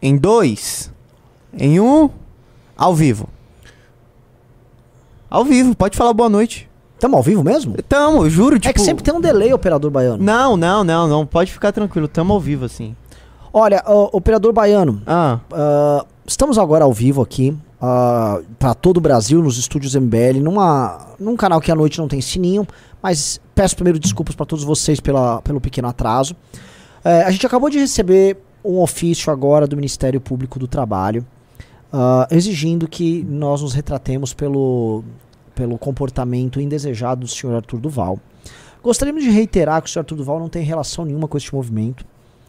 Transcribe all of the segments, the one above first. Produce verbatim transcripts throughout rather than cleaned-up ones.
Em dois. Em um. Ao vivo. Ao vivo, pode falar boa noite. Tamo ao vivo mesmo? Tamo, juro, tipo... É que sempre tem um delay, operador baiano. Não, não, não, não, pode ficar tranquilo, tamo ao vivo, assim. Olha, ó, operador baiano, Ah, uh, estamos agora ao vivo aqui, uh, para todo o Brasil, nos estúdios M B L, numa, num canal que à noite não tem sininho, mas peço primeiro desculpas para todos vocês pela, pelo pequeno atraso. Uh, a gente acabou de receber um ofício agora do Ministério Público do Trabalho, uh, exigindo que nós nos retratemos pelo... pelo comportamento indesejado do senhor Arthur Duval. Gostaríamos de reiterar que o senhor Arthur Duval não tem relação nenhuma com este movimento.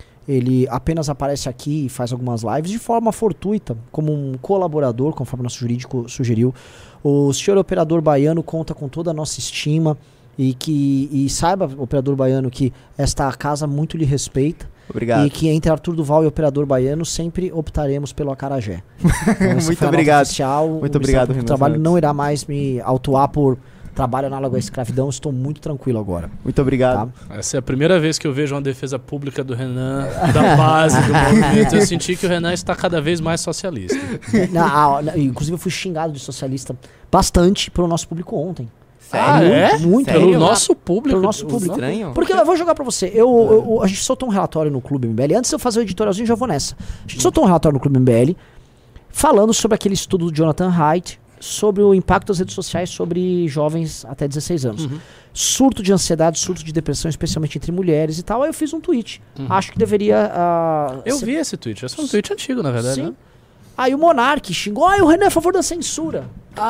Ele apenas aparece aqui e faz algumas lives de forma fortuita, como um colaborador, conforme o nosso jurídico sugeriu. O senhor operador baiano conta com toda a nossa estima e, que, e saiba, operador baiano, que esta casa muito lhe respeita. obrigado. E que entre Arthur Duval e operador baiano sempre optaremos pelo acarajé. Então, Muito obrigado. Oficial, Muito obrigado, O trabalho não irá mais me autuar por trabalho análogo à escravidão. Estou muito tranquilo agora. Muito obrigado. Tá? Essa é a primeira vez que eu vejo uma defesa pública do Renan, da base do movimento. Eu senti que o Renan está cada vez mais socialista. Na, na, inclusive eu fui xingado de socialista bastante pelo nosso público ontem. Sério? Ah, é? Muito. Sério? Pelo nosso público. Pelo nosso público. Estranho. Porque eu vou jogar pra você. Eu, eu- a gente soltou um relatório no Clube M B L. Antes de eu fazer o editorialzinho, já vou nessa. A gente soltou um relatório no Clube M B L falando sobre aquele estudo do Jonathan Haidt sobre o impacto das redes sociais sobre jovens até dezesseis anos. Uhum. Surto de ansiedade, surto de depressão, especialmente entre mulheres e tal. Aí eu fiz um tweet. Uhum. Acho que deveria... ah, Eu ser- vi esse tweet. Esse é um tweet antigo, na verdade, Sim. né? Aí o Monark xingou. Ah, o Renan é a favor da censura.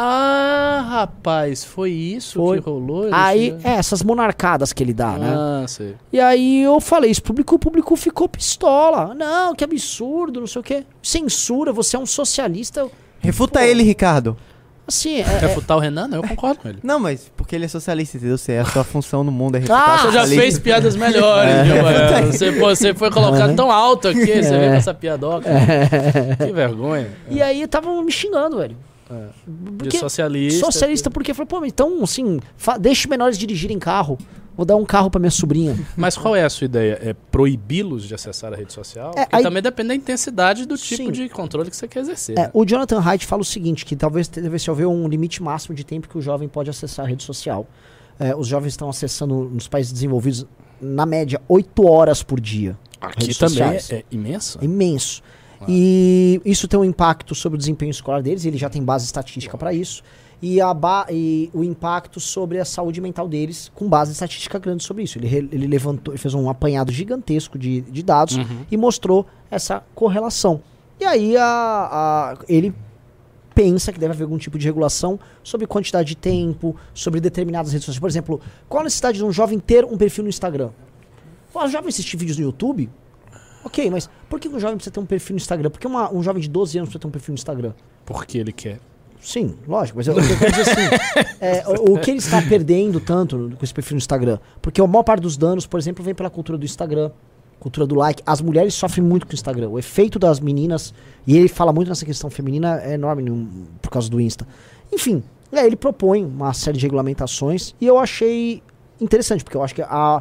Ah, rapaz, foi isso Foi. que rolou? Ele Aí, xingou- é, essas monarcadas que ele dá, né? Ah, sei. E aí eu falei isso, público, o público ficou pistola. Não, que absurdo, não sei o quê. Censura, você é um socialista. Refuta Pô. ele, Ricardo. Assim, é, é, Refutar o Renan? Não, eu concordo com ele. Não, mas porque ele é socialista, entendeu? Você, a sua função no mundo é refutar Ah, Você já socialista. fez piadas melhores, viu, mano? Você, pô, você foi colocado tão alto aqui, você veio com essa piadoca. Que vergonha. e aí estavam me xingando, velho. É. De Porque- socialista. Socialista, porque eu falei, pô, mas então, assim, fa- deixe menores dirigirem carro. Vou dar um carro pra minha sobrinha. Mas qual é a sua ideia? É proibi-los de acessar a rede social? É, Porque aí- também depende da intensidade do tipo Sim. de controle que você quer exercer. É, né? o Jonathan Haidt fala o seguinte, que talvez devesse haver um limite máximo de tempo que o jovem pode acessar a rede social. É, os jovens estão acessando, nos países desenvolvidos, na média, oito horas por dia. Aqui redes também sociais. é, é imenso. É imenso. Ah. E isso tem um impacto sobre o desempenho escolar deles, e ele já tem base estatística para isso. E, a ba e o impacto sobre a saúde mental deles, com base estatística grande sobre isso. Ele, re- ele levantou, ele fez um apanhado gigantesco de, de dados Uhum. e mostrou essa correlação. E aí a, a- ele pensa que deve haver algum tipo de regulação sobre quantidade de tempo, sobre determinadas redes sociais. Por exemplo, qual a necessidade de um jovem ter um perfil no Instagram? Pô, o jovem assistir vídeos no YouTube? Ok, mas por que um jovem precisa ter um perfil no Instagram? Por que uma- um jovem de doze anos precisa ter um perfil no Instagram? Porque ele quer. Sim, lógico, mas eu, eu quero dizer assim, é, o, o que ele está perdendo tanto com esse perfil no Instagram? Porque a maior parte dos danos, por exemplo, vem pela cultura do Instagram, cultura do like. As mulheres sofrem muito com o Instagram. O efeito das meninas, e ele fala muito nessa questão feminina, é enorme no- por causa do Insta. Enfim, é, ele propõe uma série de regulamentações e eu achei interessante, porque eu acho que a,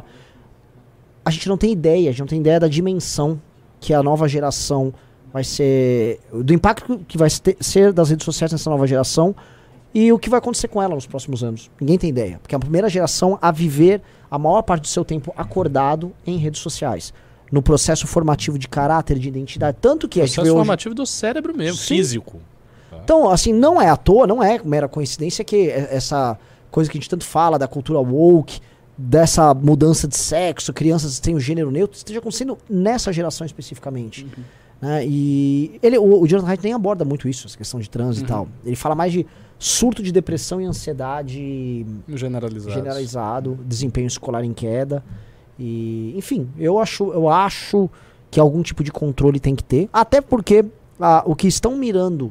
a gente não tem ideia, a gente não tem ideia da dimensão que a nova geração vai ser, do impacto que vai ter- ser das redes sociais nessa nova geração e o que vai acontecer com ela nos próximos anos. Ninguém tem ideia, porque é a primeira geração a viver a maior parte do seu tempo acordado em redes sociais, no processo formativo de caráter, de identidade, tanto que a gente vê Processo hoje... formativo do cérebro mesmo, Sim. físico. Então, assim, não é à toa, não é mera coincidência que e- essa coisa que a gente tanto fala da cultura woke, dessa mudança de sexo, crianças têm o gênero neutro, esteja acontecendo nessa geração especificamente. Né? E ele, o, o Jonathan Haidt nem aborda muito isso, essa questão de trans e tal. Ele fala mais de surto de depressão e ansiedade Generalizado. generalizado, desempenho escolar em queda. E, enfim, eu acho, eu acho que algum tipo de controle tem que ter. Até porque ah, o que estão mirando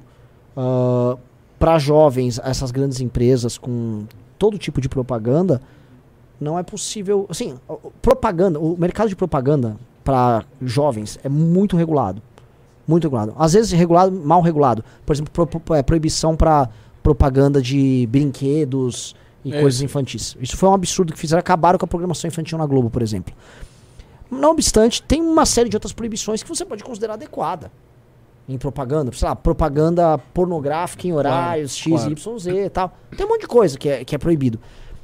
para jovens, essas grandes empresas com todo tipo de propaganda, não é possível. Assim, o- o- propaganda, o mercado de propaganda para jovens é muito regulado. Muito regulado. Às vezes regulado, mal regulado. Por exemplo, pro- pro- é, proibição para propaganda de brinquedos e É coisas isso. infantis. Isso foi um absurdo que fizeram. Acabaram com a programação infantil na Globo, por exemplo. Não obstante, tem uma série de outras proibições que você pode considerar adequada. em propaganda, sei lá, propaganda pornográfica em horários, Claro, X, claro. Y, Z e tal. Tem um monte de coisa que é, que é proibido.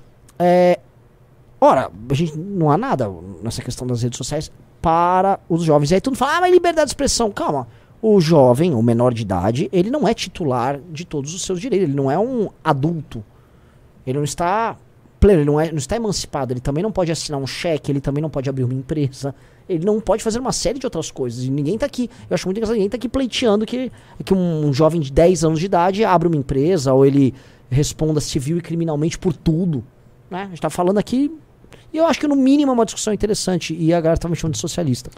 É, ora, a gente não há nada nessa questão das redes sociais para os jovens. E aí todo mundo fala, ah, mas liberdade de expressão. Calma. O jovem, o menor de idade, ele não é titular de todos os seus direitos. Ele não é um adulto. Ele não está pleno, ele não, é, não está emancipado. Ele também não pode assinar um cheque, ele também não pode abrir uma empresa. Ele não pode fazer uma série de outras coisas. E ninguém tá aqui, eu acho muito engraçado, ninguém tá aqui pleiteando que, que um, um jovem de dez anos de idade abra uma empresa ou ele responda civil e criminalmente por tudo. Né? A gente tá falando aqui, e eu acho que no mínimo é uma discussão interessante. E a galera tá me chamando de socialista.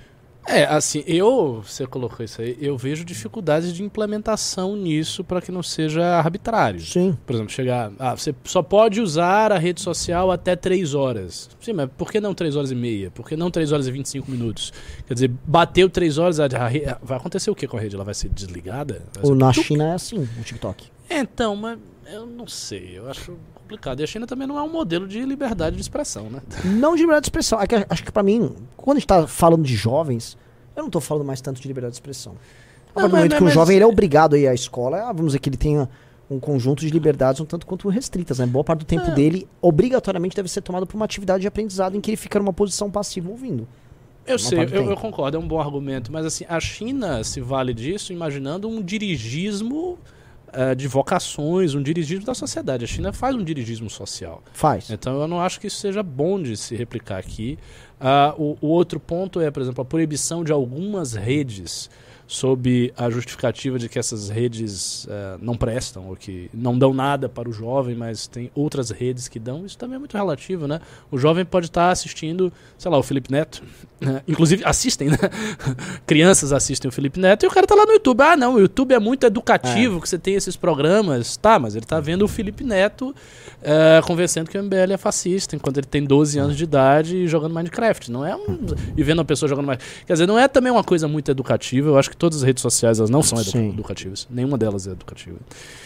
É, assim, eu, você colocou isso aí, eu vejo dificuldades de implementação nisso para que não seja arbitrário. Sim. Por exemplo, chegar, ah, você só pode usar a rede social até três horas. Sim, mas por que não três horas e meia? Por que não três horas e vinte e cinco minutos? Quer dizer, bateu três horas, a, a, vai acontecer o que com a rede? Ela vai ser desligada? Vai Ou ser na tuc. China é assim, o TikTok. Então, mas eu não sei, eu acho complicado. E a China também não é um modelo de liberdade de expressão, né? Não de liberdade de expressão. É que, acho que pra mim, quando a gente tá falando de jovens, eu não tô falando mais tanto de liberdade de expressão. A partir do momento mas- que o mas- jovem ele é obrigado a ir à escola, ah, vamos dizer que ele tenha um conjunto de liberdades um tanto quanto restritas, né? Boa parte do tempo É. dele, obrigatoriamente, deve ser tomado por uma atividade de aprendizado em que ele fica numa posição passiva ouvindo. Eu Uma sei, parte do eu, tempo. eu concordo, é um bom argumento, mas assim, a China se vale disso imaginando um dirigismo eh, de vocações, um dirigismo da sociedade. A China faz um dirigismo social. Faz. Então eu não acho que isso seja bom de se replicar aqui. Ah, o, o outro ponto é, por exemplo, a proibição de algumas redes sob a justificativa de que essas redes eh, não prestam ou que não dão nada para o jovem, mas tem outras redes que dão. Isso também é muito relativo, né? O jovem pode estar assistindo, sei lá, o Felipe Neto. Né? Inclusive assistem, né? Crianças assistem o Felipe Neto e o cara tá lá no YouTube. Ah, não, o YouTube é muito educativo, que você tem esses programas. Tá, mas ele tá vendo o Felipe Neto eh, convencendo que o M B L é fascista, enquanto ele tem doze anos de idade e jogando Minecraft. Não é um... E vendo uma pessoa jogando Minecraft. Quer dizer, não é também uma coisa muito educativa. Eu acho que todas as redes sociais elas não são edu Sim. educativas. Nenhuma delas é educativa.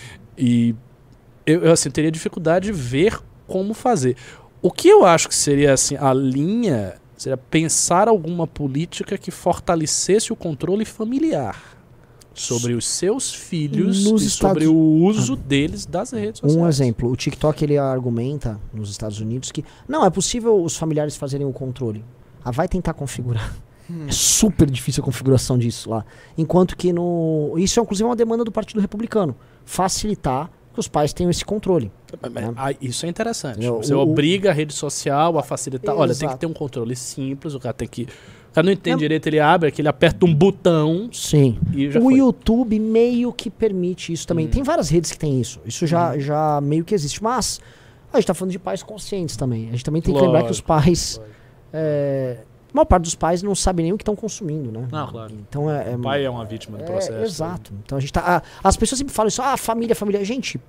E eu, eu assim, teria dificuldade de ver como fazer. O que eu acho que seria assim, a linha seria pensar alguma política que fortalecesse o controle familiar sobre os seus filhos Nos e Estados- sobre o uso deles das redes sociais. Um exemplo, o TikTok ele argumenta nos Estados Unidos que não é possível os familiares fazerem o controle. Ah, vai tentar configurar. É super difícil a configuração disso lá. Enquanto que no... Isso é inclusive uma demanda do Partido Republicano. Facilitar que os pais tenham esse controle. Mas, ah, isso é interessante. Entendeu? Você O- o- obriga a rede social a facilitar. Olha, tem que Exato. ter um controle simples, o cara tem que... O cara não entende É- direito, ele abre aqui, ele aperta um botão Sim. e já O foi. YouTube meio que permite isso também. Hum. Tem várias redes que tem isso. Isso já, já meio que existe. Mas a gente tá falando de pais conscientes também. A gente também tem que lembrar que os Lógico, pais... lógico. é, a maior parte dos pais não sabe nem o que estão consumindo, né? Não, claro. Então é... é O pai é uma vítima do É, processo. exato. Então a gente tá. a- as pessoas sempre falam isso, ah, família, família. Gente,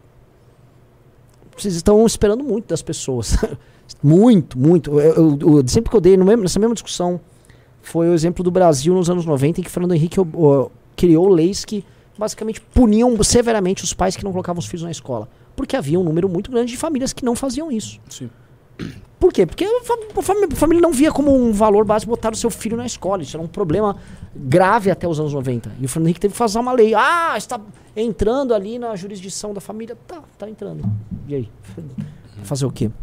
vocês estão esperando muito das pessoas. muito, muito. Eu, eu- o exemplo que eu dei no mesmo- nessa mesma discussão foi o exemplo do Brasil nos anos noventa, em que Fernando Henrique ó, ó, criou leis que basicamente puniam severamente os pais que não colocavam os filhos na escola. Porque havia um número muito grande de famílias que não faziam isso. Sim. Por quê? Porque a, fam- a fami- a família não via como um valor básico botar o seu filho na escola. Isso era um problema grave até os anos noventa. E o Fernando Henrique teve que fazer uma lei. Ah, está entrando ali na jurisdição da família. Tá, tá entrando. E aí? Fazer o quê?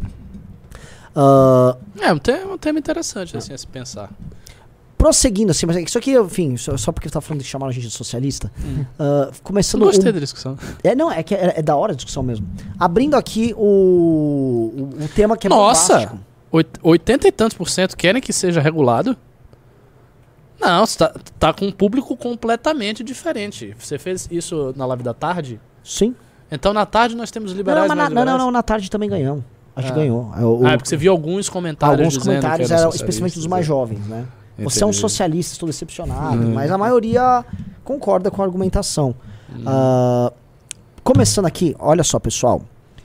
Ah, É um tema, um tema interessante assim, a se pensar. prosseguindo assim, mas é que isso aqui, enfim, só, só porque você tá falando que chamaram a gente de socialista. ah, começando Eu gostei um- da discussão. É, não, é que é, é da hora a discussão mesmo. Abrindo aqui o, o, o tema que é Nossa! bombástico. Oit- oitenta e tantos por cento querem que seja regulado? Não, você tá, tá com um público completamente diferente. Você fez isso na live da tarde? Sim. Então na tarde nós temos Não, liberais não, mas mais na, não, liberais? não, não, na tarde também ganhamos. A gente Ah. ganhou. É, o- Ah, é porque você viu alguns comentários alguns dizendo comentários que eram eram especialmente dos mais socialistas, jovens, né? Você é um Entendi. socialista, estou decepcionado, Hum. mas a maioria concorda com a argumentação. Hum. Ah, começando aqui, olha só, pessoal.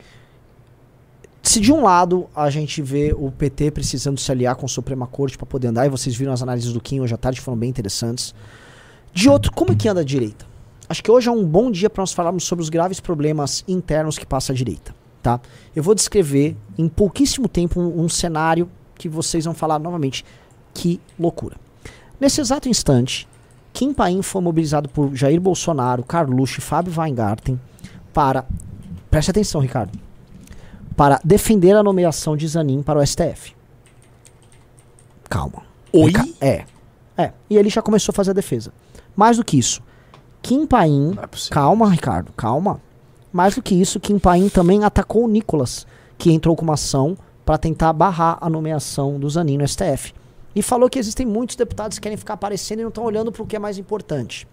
Se de um lado a gente vê o P T precisando se aliar com a Suprema Corte para poder andar, e vocês viram as análises do Kim hoje à tarde, foram bem interessantes. De outro, como é que anda a direita? Acho que hoje é um bom dia para nós falarmos sobre os graves problemas internos que passa a direita, tá? Eu vou descrever em pouquíssimo tempo um, um cenário que vocês vão falar novamente. Que loucura. Nesse exato instante, Kim Paim foi mobilizado por Jair Bolsonaro, Carluxo e Fábio Weingarten para, preste atenção, Ricardo, para defender a nomeação de Zanin para o S T F. Calma. Oi? Rica- É. É. E ele já começou a fazer a defesa. Mais do que isso, Kim Paim, Não é possível. calma, Ricardo, calma. Mais do que isso, Kim Paim também atacou o Nicolas, que entrou com uma ação para tentar barrar a nomeação do Zanin no S T F. E falou que existem muitos deputados que querem ficar aparecendo e não estão olhando para o que é mais importante.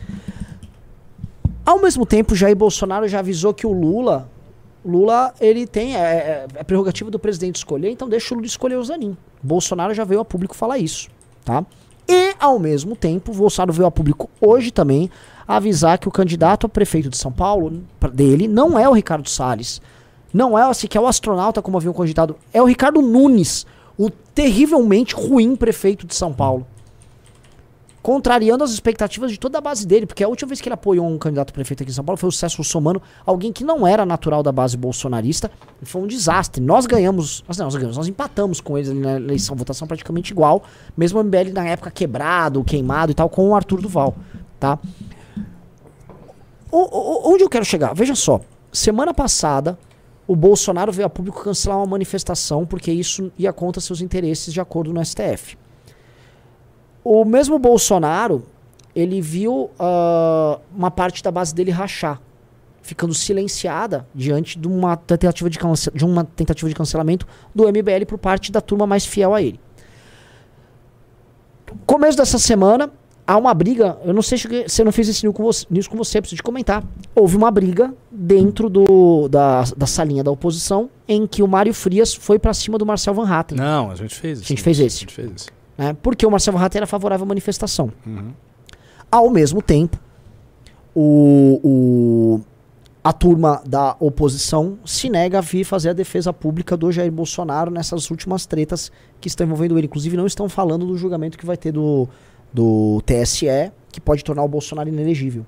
Ao mesmo tempo, Jair Bolsonaro já avisou que o Lula, Lula ele tem, é, é, é prerrogativa do presidente escolher, então deixa o Lula escolher o Zanin. Bolsonaro já veio a público falar isso, tá? E, ao mesmo tempo, Bolsonaro veio a público hoje também avisar que o candidato a prefeito de São Paulo, pra- dele, não é o Ricardo Salles. Não é assim que é o astronauta, como havia cogitado, é o Ricardo Nunes, o terrivelmente ruim prefeito de São Paulo. Contrariando as expectativas de toda a base dele, porque a última vez que ele apoiou um candidato a prefeito aqui em São Paulo foi o Celso Russomano, alguém que não era natural da base bolsonarista, e foi um desastre. Nós ganhamos, nós, não, nós ganhamos, nós empatamos com eles na eleição, votação praticamente igual, mesmo o M B L na época quebrado, queimado e tal, com o Arthur Duval, tá? O, o, onde eu quero chegar? Veja só, semana passada o Bolsonaro veio a público cancelar uma manifestação porque isso ia contra seus interesses de acordo no S T F. O mesmo Bolsonaro, ele viu uh, uma parte da base dele rachar, ficando silenciada diante de uma tentativa de, cance- de, uma tentativa de cancelamento do M B L por parte da turma mais fiel a ele. Começo dessa semana, há uma briga, eu não sei se eu não fiz esse news com você, news com você, preciso de comentar. Houve uma briga dentro do, da, da salinha da oposição, em que o Mário Frias foi pra cima do Marcel Van Hatten. Não, a gente fez isso. A gente fez esse. A gente fez isso. Né, porque o Marcel Van Hatten era favorável à manifestação. Uhum. Ao mesmo tempo, o, o, a turma da oposição se nega a vir fazer a defesa pública do Jair Bolsonaro nessas últimas tretas que estão envolvendo ele. Inclusive não estão falando do julgamento que vai ter do, do T S E, que pode tornar o Bolsonaro inelegível.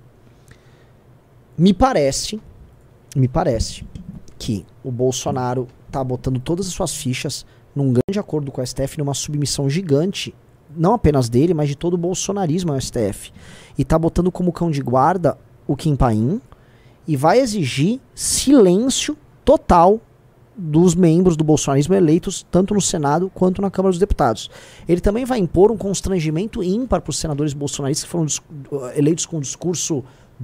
Me parece, me parece que o Bolsonaro está botando todas as suas fichas num grande acordo com o S T F, numa submissão gigante, não apenas dele, mas de todo o bolsonarismo ao S T F. E tá botando como cão de guarda o Kim Paim e vai exigir silêncio total dos membros do bolsonarismo eleitos tanto no Senado quanto na Câmara dos Deputados. Ele também vai impor um constrangimento ímpar para os senadores bolsonaristas que foram eleitos com um discurso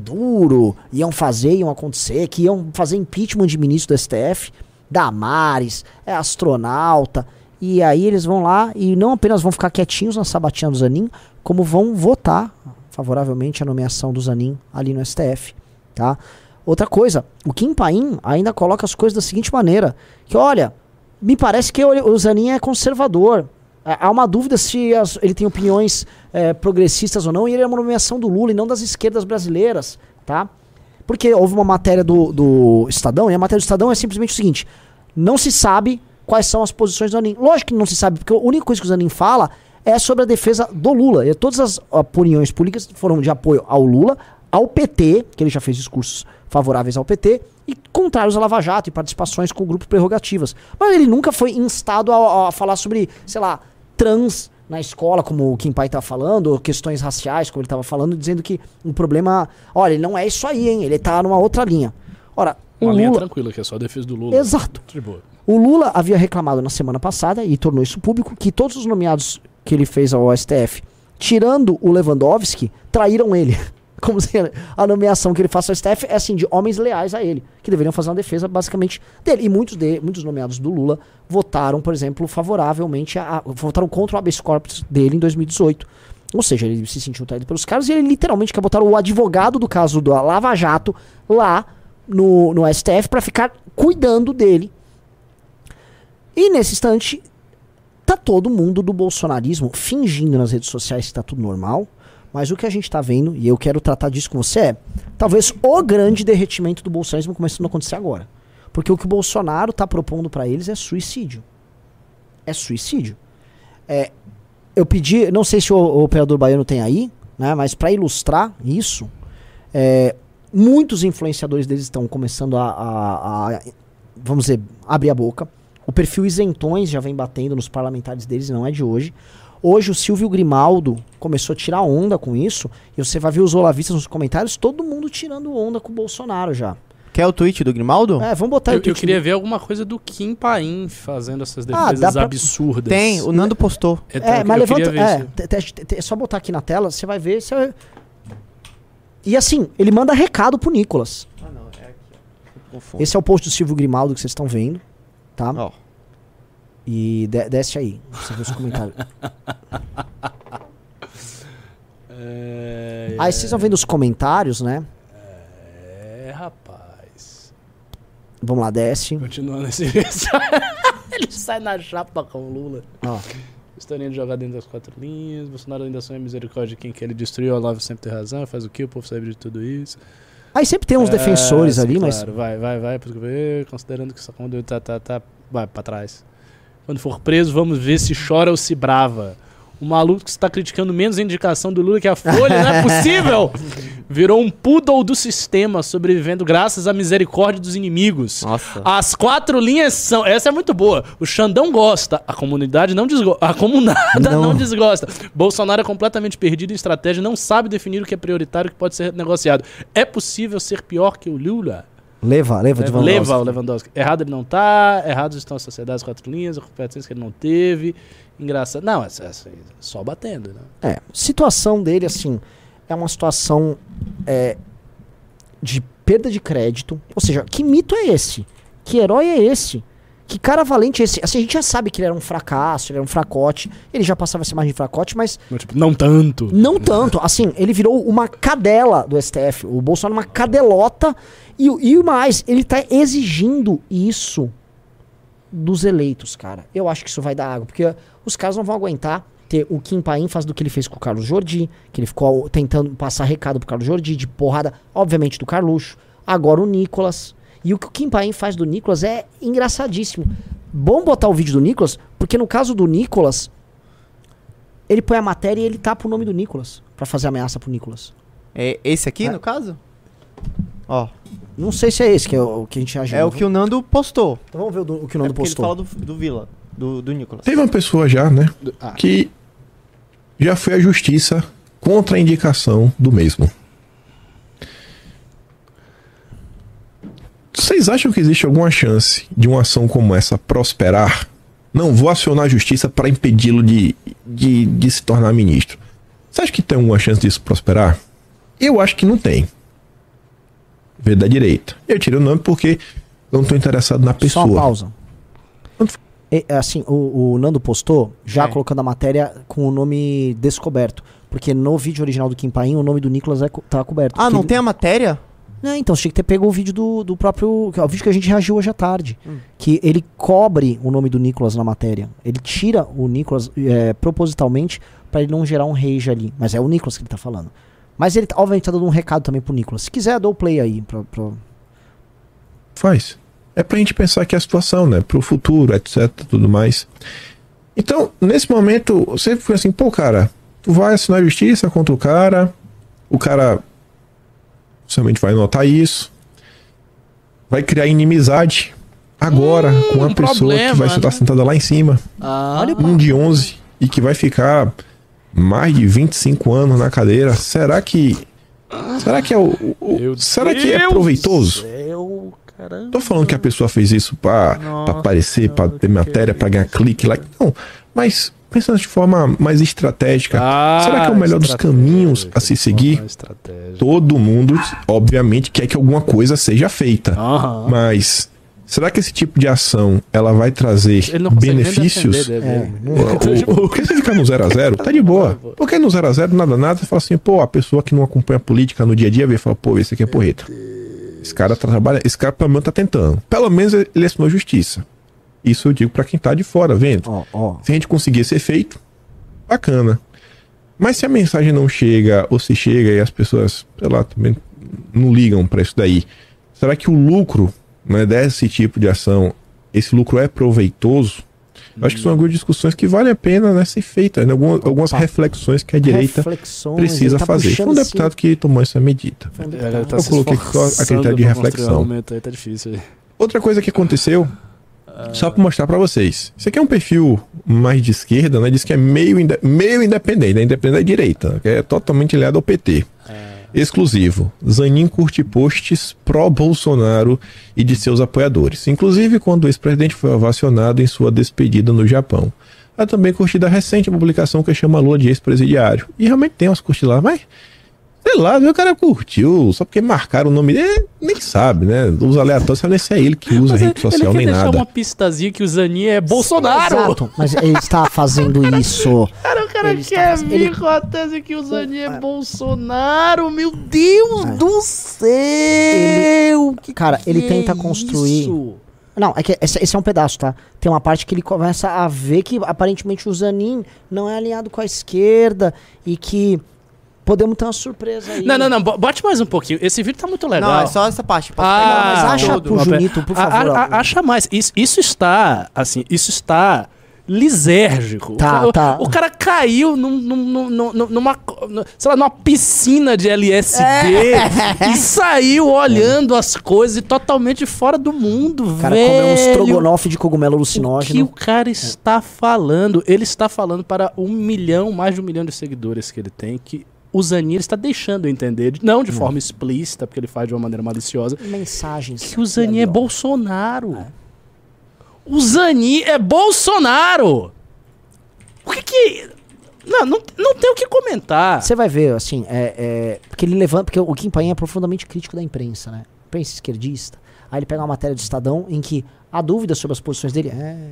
duro, iam fazer, iam acontecer, que iam fazer impeachment de ministro do S T F, Damares, é astronauta, e aí eles vão lá e não apenas vão ficar quietinhos na sabatina do Zanin, como vão votar favoravelmente a nomeação do Zanin ali no S T F, tá? Outra coisa, o Kim Paim ainda coloca as coisas da seguinte maneira, que olha, me parece que o Zanin é conservador, há uma dúvida se as, ele tem opiniões é, progressistas ou não, e ele é uma nomeação do Lula e não das esquerdas brasileiras, tá? Porque houve uma matéria do, do Estadão, e a matéria do Estadão é simplesmente o seguinte, não se sabe quais são as posições do Zanin. Lógico que não se sabe, porque a única coisa que o Zanin fala é sobre a defesa do Lula, e todas as opiniões políticas foram de apoio ao Lula, ao P T, que ele já fez discursos favoráveis ao P T, e contrários à Lava Jato, e participações com o grupo Prerrogativas. Mas ele nunca foi instado a, a falar sobre, sei lá, trans na escola, como o Kim Paim tá falando, ou questões raciais, como ele estava falando, dizendo que o problema, olha, ele não é isso aí, hein, ele tá numa outra linha. Ora, Uma o linha Lula... tranquila, que é só a defesa do Lula. Exato. De boa. O Lula havia reclamado na semana passada, e tornou isso público, que todos os nomeados que ele fez ao S T F, tirando o Lewandowski, traíram ele. Como se a nomeação que ele faz ao S T F é assim, de homens leais a ele, que deveriam fazer uma defesa basicamente dele. E muitos, de, muitos nomeados do Lula votaram, por exemplo, favoravelmente, a, a, votaram contra o habeas corpus dele em dois mil e dezoito. Ou seja, ele se sentiu traído pelos caras e ele literalmente quer botar o advogado do caso da Lava Jato lá no, no S T F para ficar cuidando dele. E nesse instante, tá todo mundo do bolsonarismo fingindo nas redes sociais que tá tudo normal. Mas o que a gente tá vendo, e eu quero tratar disso com você, é talvez o grande derretimento do bolsonarismo começando a acontecer agora. Porque o que o Bolsonaro tá propondo para eles é suicídio. É suicídio. É, eu pedi, não sei se o, o operador baiano tem aí, né, mas para ilustrar isso, é, muitos influenciadores deles estão começando a, a, a, vamos dizer, abrir a boca. O perfil Isentões já vem batendo nos parlamentares deles, não é de hoje. Hoje o Silvio Grimaldo começou a tirar onda com isso, e você vai ver os olavistas nos comentários, todo mundo tirando onda com o Bolsonaro já. Quer o tweet do Grimaldo? É, vamos botar Eu, o tweet eu queria do... ver alguma coisa do Kim Paim fazendo essas Ah, defesas dá pra- absurdas. Tem, o Nando postou. Então, É, eu- mas eu queria levanta... ver É, isso. te- te- te- é só botar aqui na tela, você vai ver... Você vai... E assim, ele manda recado pro Nicolas. Ah, não, é aqui. Esse é o post do Silvio Grimaldo que vocês estão vendo, tá? Ó. E de- desce aí, você vê os comentários. É, Aí vocês estão vendo os comentários, né? é, rapaz. Vamos lá, desce. Continuando esse... Ele sai na chapa com o Lula. Ó. Historinha de jogar dentro das quatro linhas. Bolsonaro ainda sonha misericórdia de quem quer ele destruiu. O Olavo sempre tem razão. Faz o quê? O povo sabe de tudo isso. Aí sempre tem uns defensores É, sim, ali, mas... claro. Vai, vai, vai. Porque ver, considerando que essa conta tá, tá, tá... Vai pra trás. Quando for preso, vamos ver se chora ou se brava. O maluco que está criticando menos a indicação do Lula que a Folha, não é possível! Virou um poodle do sistema, sobrevivendo graças à misericórdia dos inimigos. Nossa. As quatro linhas são... Essa é muito boa. O Xandão gosta, a comunidade não desgosta. A comunada não. Não. desgosta. Bolsonaro é completamente perdido em estratégia, não sabe definir o que é prioritário e o que pode ser negociado. É possível ser pior que o Lula? Leva, leva de Leva, Lewandowski. leva o Lewandowski. Errado ele não tá, errados estão as sociedades quatro linhas, a competência que ele não teve. Engraçado. Não, essa, essa, só batendo, né? É, situação dele, assim, é uma situação é, de perda de crédito. Ou seja, que mito é esse? Que herói é esse? Que cara valente é esse? Assim, a gente já sabe que ele era um fracasso, ele era um fracote. Ele já passava essa imagem de fracote, mas Não, tipo, não tanto. não tanto. Assim, ele virou uma cadela do S T F. O Bolsonaro é uma cadelota. E, e mais, ele tá exigindo isso dos eleitos, cara. Eu acho que isso vai dar água, porque os caras não vão aguentar ter o Kim Paim faz do que ele fez com o Carlos Jordi, que ele ficou tentando passar recado pro Carlos Jordi, de porrada, obviamente, do Carluxo. Agora o Nicolas. E o que o Kim Paim faz do Nicolas é engraçadíssimo. Bom botar o vídeo do Nicolas, porque no caso do Nicolas, ele põe a matéria e ele tapa o nome do Nicolas pra fazer ameaça pro Nicolas. É esse aqui, É. no caso? Ó. Não sei se é esse que é o que a gente agiu. É o que o Nando postou. Então vamos ver o, do- o que o É Nando porque postou. ele fala do, do Vila, do, do Nicolas. Teve uma pessoa já, né, Ah, que já foi à justiça contra a indicação do mesmo. Vocês acham que existe alguma chance de uma ação como essa prosperar? Não, vou acionar a justiça para impedi-lo de, de, de se tornar ministro. Você acha que tem alguma chance disso prosperar? Eu acho que não tem. Vê da direita. Eu tirei o nome porque eu não estou interessado na Só pessoa. uma pausa. E, assim, o, o Nando postou já É. colocando a matéria com o nome descoberto. Porque no vídeo original do Kim Paim, o nome do Nicolas é, co- tá coberto. Ah, Porque não ele- tem a matéria? Não, então, você tinha que ter pego o vídeo do, do próprio... que é o vídeo que a gente reagiu hoje à tarde. Hum. Que ele cobre o nome do Nicolas na matéria. Ele tira o Nicolas é, propositalmente pra ele não gerar um rage ali. Mas é o Nicolas que ele tá falando. Mas ele, tá- obviamente, tá dando um recado também pro Nicolas. Se quiser, dou o play aí. Pra, pra... Faz. É pra gente pensar que é a situação, né? Pro futuro, etc, tudo mais. Então, nesse momento, você fica assim, pô, cara, tu vai assinar a justiça contra o cara, o cara somente vai notar isso, vai criar inimizade agora Hum, com uma um pessoa problema, que vai estar né? sentada lá em cima, Ah, Olha um de onze, e que vai ficar mais de vinte e cinco anos na cadeira. Será que... Será que é o... o- Meu será que é Deus proveitoso? do céu, caramba. Tô falando que a pessoa fez isso pra, Nossa, pra aparecer, pra ter que matéria, pra ganhar clique lá. Não, mas pensando de forma mais estratégica. Ah, será que é o melhor dos estratégia, caminhos a se seguir? uma estratégia. Todo mundo, obviamente, quer que alguma coisa seja feita. Aham. Mas será que esse tipo de ação ela vai trazer Ele não consegue nem benefícios? defender, É, deve- Ou- ou- Porque você ficar no zero a zero, tá de boa. Porque no zero a zero, nada, nada, você fala assim, pô, a pessoa que não acompanha a política no dia a dia vê e fala, pô, esse aqui é porreta. Esse cara tá trabalhando, esse cara pelo menos tá tentando. Pelo menos ele assinou justiça. Isso eu digo pra quem tá de fora, vendo? Ó, ó. Se a gente conseguir esse efeito, bacana. Mas se a mensagem não chega, ou se chega e as pessoas, sei lá, também não ligam pra isso daí, será que o lucro, né, desse tipo de ação, esse lucro é proveitoso? Eu acho que são algumas discussões que valem a pena, né, ser feitas, né, algumas, algumas Opa. reflexões que a direita Reflexões, precisa ele tá fazer. Foi puxando um assim. deputado que tomou essa medida. Foi um É, deputado. ele tá Eu se coloquei só a esforçando critério de pra construir reflexão. um argumento aí, tá difícil aí. Outra coisa que aconteceu Só pra mostrar pra vocês. Isso aqui é um perfil mais de esquerda, né? Diz que é meio, inde meio independente, né? Independente da direita, que é totalmente ligado ao P T. É. Exclusivo. Zanin curte posts pró-Bolsonaro e de seus apoiadores. Inclusive quando o ex-presidente foi ovacionado em sua despedida no Japão. Há também curtida recente a publicação que chama Lula de ex-presidiário. E realmente tem umas curtidas lá, mas... sei lá, o cara curtiu, só porque marcaram o nome dele, nem sabe, né? Os aleatórios sabem nem se é ele que usa mas rede social, ele nem quer deixar nada. uma pistazinha que o Zanin é Bolsonaro. Exato, mas ele está fazendo isso. Cara, o cara Ele está quer fazendo- vir ele- com a tese que o Zanin é Bolsonaro. Meu Deus É. do céu! Que Cara, ele que tenta é construir- isso? Não, é que esse, esse é um pedaço, tá? Tem uma parte que ele começa a ver que aparentemente o Zanin não é alinhado com a esquerda e que podemos ter uma surpresa aí. Não, não, não, bo- bote mais um pouquinho. Esse vídeo tá muito legal. Não, é só essa parte. Pode Ah, pegar, Mas acha tudo. pro Não, pera- Junito, por A- favor. a- ó. a- acha mais. Isso, isso está, assim, isso está lisérgico. Tá, o, cara, tá. o cara caiu num, num- num- num- numa, sei lá, numa piscina de L S D É. e saiu olhando as coisas e totalmente fora do mundo, O cara velho. comeu um estrogonofe de cogumelo O que alucinógeno. o cara está falando? Ele está falando para um milhão, mais de um milhão de seguidores que ele tem, que o Zanin ele está deixando eu entender, não de forma explícita, porque ele faz de uma maneira maliciosa, Mensagens. que o Zanin é Ali, ó. Bolsonaro. O Zanin é Bolsonaro. O que que... Não, não, não tem o que comentar. Você vai ver, assim, é, é, porque ele levanta, porque o Kim Paim é profundamente crítico da imprensa, né? Imprensa esquerdista. Aí ele pega uma matéria do Estadão em que há dúvidas sobre as posições dele. É,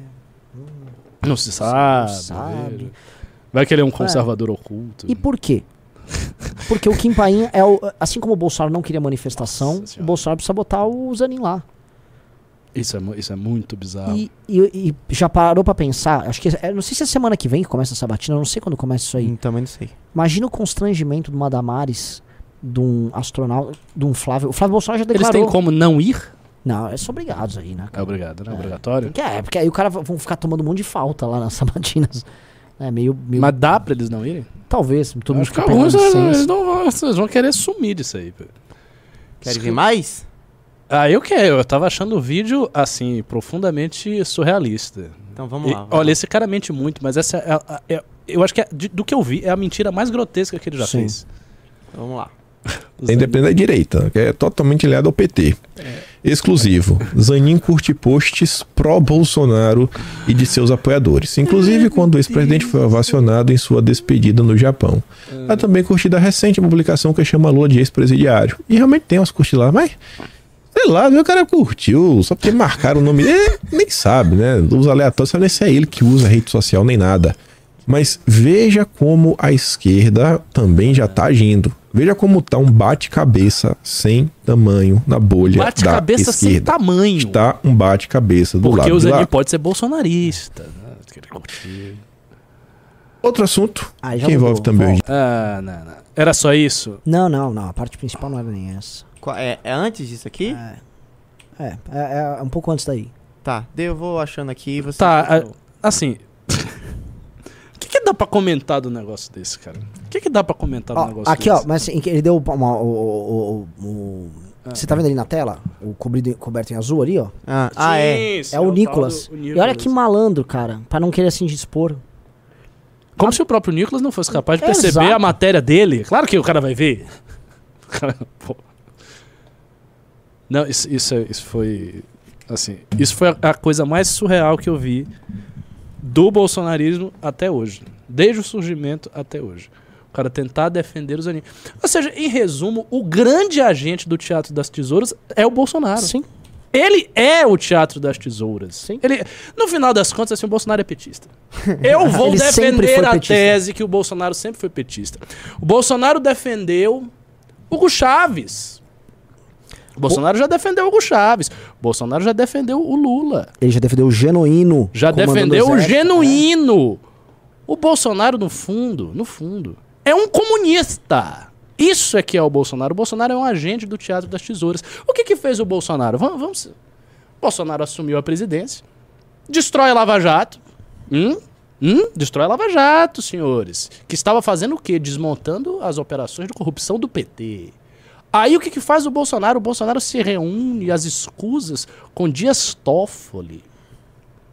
Não se sabe. não sabe. velho. Vai que ele é um conservador oculto. E por quê? Porque o Kim Paim é o, assim como o Bolsonaro não queria manifestação, Nossa o Senhora. Bolsonaro precisa botar o Zanin lá. Isso é, mu- isso é muito bizarro. E, e- e já parou pra pensar? Acho que é, não sei se é semana que vem que começa essa batina, não sei quando começa isso aí. Hum, também não sei. Imagina o constrangimento de uma Damares, de um astronauta, de um Flávio. O Flávio Bolsonaro já Eles declarou. têm como não ir? Não, eles são obrigados aí, né? É obrigado, né? Obrigatório. Porque, é, porque aí o cara va- vão ficar tomando um monte de falta lá nas sabatinas. É meio. meio Mas dá pra eles não irem? talvez, todo mundo Acho que fica pegando alguns eles, licença. eles não vão, eles vão querer sumir disso aí. pô. Quer ver mais? Ah, eu quero. Eu tava achando o vídeo, assim, profundamente surrealista. Então vamos E, lá. vamos olha, lá. esse cara mente muito, mas essa é, a- é- eu acho que é, de- do que eu vi é a mentira mais grotesca que ele já Sim. fez. Vamos lá. É independente da direita, que é totalmente ligado ao P T. Exclusivo. Zanin curte posts pró-Bolsonaro e de seus apoiadores. Inclusive quando o ex-presidente foi ovacionado em sua despedida no Japão. Há também curtida recente a publicação que chama Lula de ex-presidiário. E realmente tem umas curtidas lá, mas... sei lá, o cara curtiu, só porque marcaram o nome dele, nem sabe, né? Os aleatórios sabem nem se é ele que usa rede social, nem nada. Mas veja como a esquerda também já tá agindo. Veja como tá um bate-cabeça sem tamanho na bolha da Bate-cabeça sem esquerda. tamanho. Está um bate-cabeça do Porque lado o de Zanin lá. pode ser bolsonarista. Né? Querer curtir. Outro assunto Ah, já que envolve mudou. também... Volta. Ah, não, não. Era só isso? Não, não, não. A parte principal não era nem essa. Qual- É, é antes disso aqui? É, é, é, é um pouco antes daí. Tá, daí eu vou achando aqui e você... Tá, a- assim... O que, que dá pra comentar do negócio desse, cara? O que, que dá pra comentar do Ó, negócio aqui, desse? ó, mas assim, ele deu uma, o, o- o- o- Ah. Você tá vendo ali na tela? O cobrido, coberto em azul ali, ó. Ah, ah, é. Sim, É o tal Nicolas. do- o E olha que Nicolas. malandro, cara. Pra não querer assim dispor. Como se o próprio Nicolas não fosse capaz de É, perceber exato. a matéria dele. Claro que o cara vai ver. O cara- pô. Não, isso, isso, é- isso foi... Assim, isso foi a, a coisa mais surreal que eu vi do bolsonarismo até hoje. Desde o surgimento até hoje. O cara tentar defender os animais. Ou seja, em resumo, o grande agente do Teatro das Tesouras é o Bolsonaro. Sim. Ele é o Teatro das Tesouras. Sim. Ele, no final das contas, assim, o Bolsonaro é petista. Eu vou Ele sempre defender foi a petista. tese que o Bolsonaro sempre foi petista. O Bolsonaro defendeu Hugo Chávez. O Bolsonaro já defendeu Hugo Chaves. O Bolsonaro já defendeu o Lula. Ele já defendeu o genuíno. Já comandando defendeu o exército, genuíno. O Bolsonaro, no fundo, no fundo, é um comunista. Isso é que é o Bolsonaro. O Bolsonaro é um agente do Teatro das Tesouras. O que que fez o Bolsonaro? Vamos, vamos... O Bolsonaro assumiu a presidência, destrói a Lava Jato. Hum? Hum? Destrói a Lava Jato, senhores. Que estava fazendo o quê? Desmontando as operações de corrupção do P T. Aí o que que faz o Bolsonaro? O Bolsonaro se reúne às escusas com Dias Toffoli.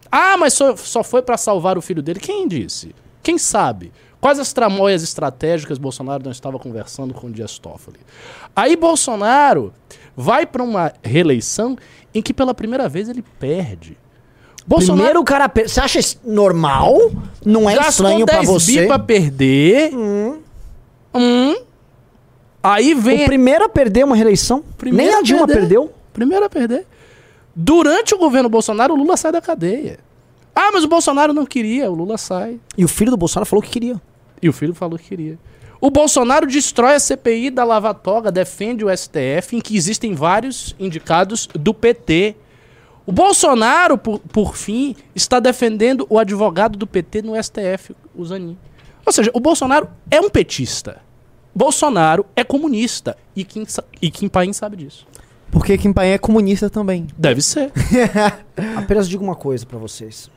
Ah, mas só, só foi pra salvar o filho dele. Quem disse? Quem sabe? Quais as tramóias estratégicas Bolsonaro não estava conversando com o Dias Toffoli? Aí Bolsonaro vai pra uma reeleição em que pela primeira vez ele perde. Bolsonaro Primeiro o cara... Per... Você acha isso normal? Não é estranho pra você? dez bi pra perder. Hum. Hum. Aí vem... O primeiro a perder uma reeleição? Primeiro Nem a a Dilma perder. perdeu? Primeiro a perder. Durante o governo Bolsonaro, o Lula sai da cadeia. Ah, mas o Bolsonaro não queria, o Lula sai. E o filho do Bolsonaro falou que queria. E o filho falou que queria. O Bolsonaro destrói a C P I da Lava Toga, defende o S T F, em que existem vários indicados do P T. O Bolsonaro, por, por fim, está defendendo o advogado do P T no S T F, o Zanin. Ou seja, o Bolsonaro é um petista. Bolsonaro é comunista. E Kim, e Kim Paim sabe disso. Porque Kim Paim é comunista também. Deve ser. Apenas digo uma coisa pra vocês.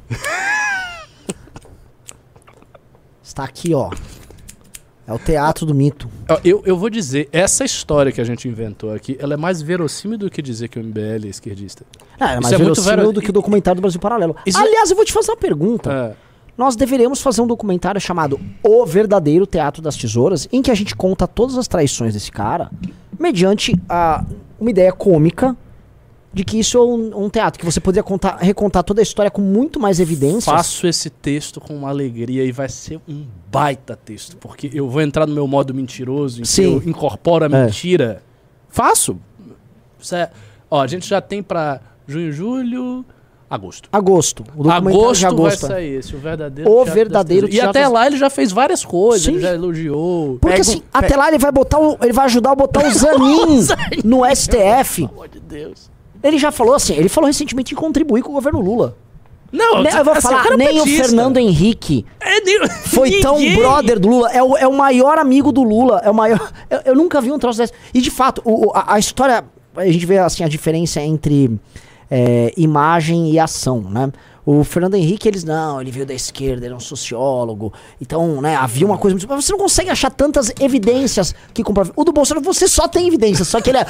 Está aqui, ó. É o teatro do mito. Eu, eu vou dizer, essa história que a gente inventou aqui, ela é mais verossímil do que dizer que o M B L é esquerdista. Ah, é mais Isso é muito verossímil vero- do que o documentário do Brasil Paralelo. Isso- Aliás, eu vou te fazer uma pergunta. É. Nós deveríamos fazer um documentário chamado O Verdadeiro Teatro das Tesouras, em que a gente conta todas as traições desse cara, mediante a, uma ideia cômica de que isso é um, um teatro, que você poderia contar, recontar toda a história com muito mais evidências. Faço esse texto com uma alegria e vai ser um baita texto, porque eu vou entrar no meu modo mentiroso, em que Sim. eu incorporo a É. mentira. Faço. Isso é- ó, a gente já tem pra junho, julho, agosto. Agosto. O documentário Agosto, de agosto. vai sair esse, o verdadeiro O Teatro das verdadeiro Tesouras. E Teatro até das- lá ele já fez várias coisas, Sim. ele já elogiou. Porque Pega assim, um- até lá ele vai botar o, ele vai ajudar a botar o Zanin no S T F. Pelo amor de Deus. Ele já falou assim, ele falou recentemente em contribuir com o governo Lula. Não, Ne- eu vou assim, falar, cara é nem o petista. Fernando Henrique É, nem- foi tão ninguém. brother do Lula. É o, é o maior amigo do Lula. É o maior. Eu, eu nunca vi um troço desse. E de fato, o- o- a, a história. A gente vê assim a diferença entre é, imagem e ação, né? O Fernando Henrique, eles não, ele veio da esquerda, ele é um sociólogo. Então, né, havia uma coisa muito. Mas você não consegue achar tantas evidências que comprovam. O do Bolsonaro, você só tem evidências, só que ele é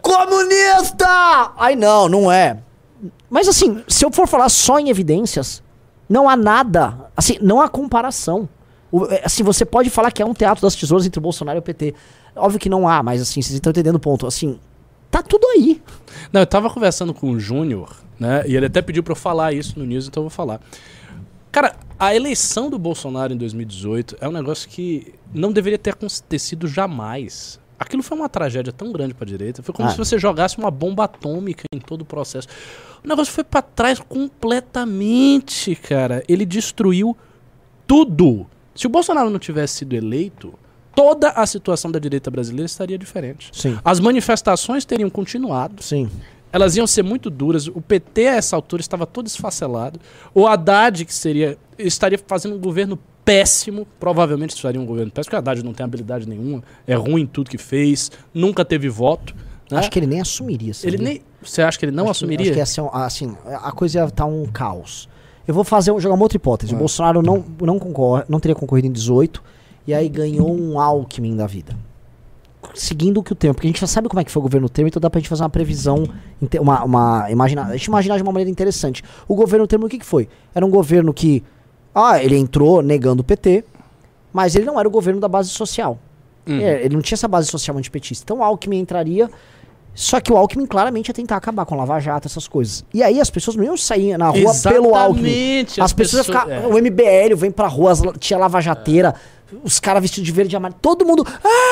comunista! Ai, não, não é. Mas assim, se eu for falar só em evidências, não há nada, assim, não há comparação. O- é, assim, você pode falar que é um teatro das tesouras entre o Bolsonaro e o P T. Óbvio que não há, mas assim, vocês estão entendendo o ponto. Assim, tá tudo aí. Não, eu tava conversando com o Júnior, né? E ele até pediu pra eu falar isso no News, então eu vou falar. Cara, a eleição do Bolsonaro em dois mil e dezoito é um negócio que não deveria ter acontecido jamais. Aquilo foi uma tragédia tão grande pra direita. Foi como Ah. se você jogasse uma bomba atômica em todo o processo. O negócio foi pra trás completamente, cara. Ele destruiu tudo. Se o Bolsonaro não tivesse sido eleito, toda a situação da direita brasileira estaria diferente. Sim. As manifestações teriam continuado. Sim. Elas iam ser muito duras. O P T, a essa altura, estava todo esfacelado. O Haddad, que seria, estaria fazendo um governo péssimo. Provavelmente faria um governo péssimo, porque o Haddad não tem habilidade nenhuma. É ruim em tudo que fez. Nunca teve voto. Né? Acho que ele nem assumiria. Ele nem... Você acha que ele não Acho que- assumiria? Acho que ia ser um- assim, a coisa ia estar um caos. Eu vou fazer, jogar uma outra hipótese. Ah. O Bolsonaro não, não, concorre, não teria concorrido em dezoito, e aí ganhou um Alckmin da vida. Seguindo o que o Temer, porque a gente já sabe como é que foi o governo Temer, então dá pra gente fazer uma previsão, inte- uma, uma, imaginar, a gente imaginar de uma maneira interessante. O governo Temer, o que que foi? Era um governo que, ah, ele entrou negando o P T, mas ele não era o governo da base social. Hum. É, ele não tinha essa base social antipetista. Então o Alckmin entraria, só que o Alckmin claramente ia tentar acabar com a Lava Jato, essas coisas. E aí as pessoas não iam sair na rua pelo Alckmin. Exatamente. As, pessoas, iam ficar. é. O M B L vem pra rua, as, tia Lava Jateira, os caras vestidos de verde e amarelo, todo mundo.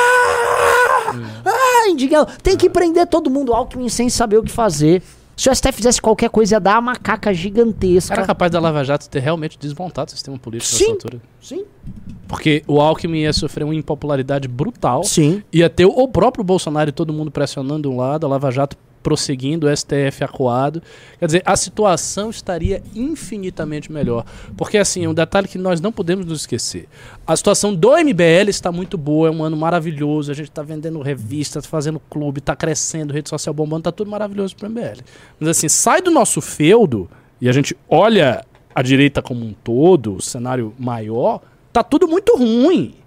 Ah! Ah, indignado. Tem que prender todo mundo. O Alckmin sem saber o que fazer. Se o S T F fizesse qualquer coisa, ia dar uma macaca gigantesca. Era capaz da Lava Jato ter realmente desmontado o sistema político Sim. nessa altura. Sim. Porque o Alckmin ia sofrer uma impopularidade brutal. Sim. Ia ter o próprio Bolsonaro e todo mundo pressionando de um lado, a Lava Jato prosseguindo, o S T F acuado. Quer dizer, a situação estaria infinitamente melhor. Porque, assim, um detalhe que nós não podemos nos esquecer. A situação do M B L está muito boa, é um ano maravilhoso, a gente está vendendo revistas, fazendo clube, está crescendo, rede social bombando, está tudo maravilhoso para o M B L. Mas, assim, sai do nosso feudo e a gente olha a direita como um todo, o cenário maior, tá tudo muito ruim.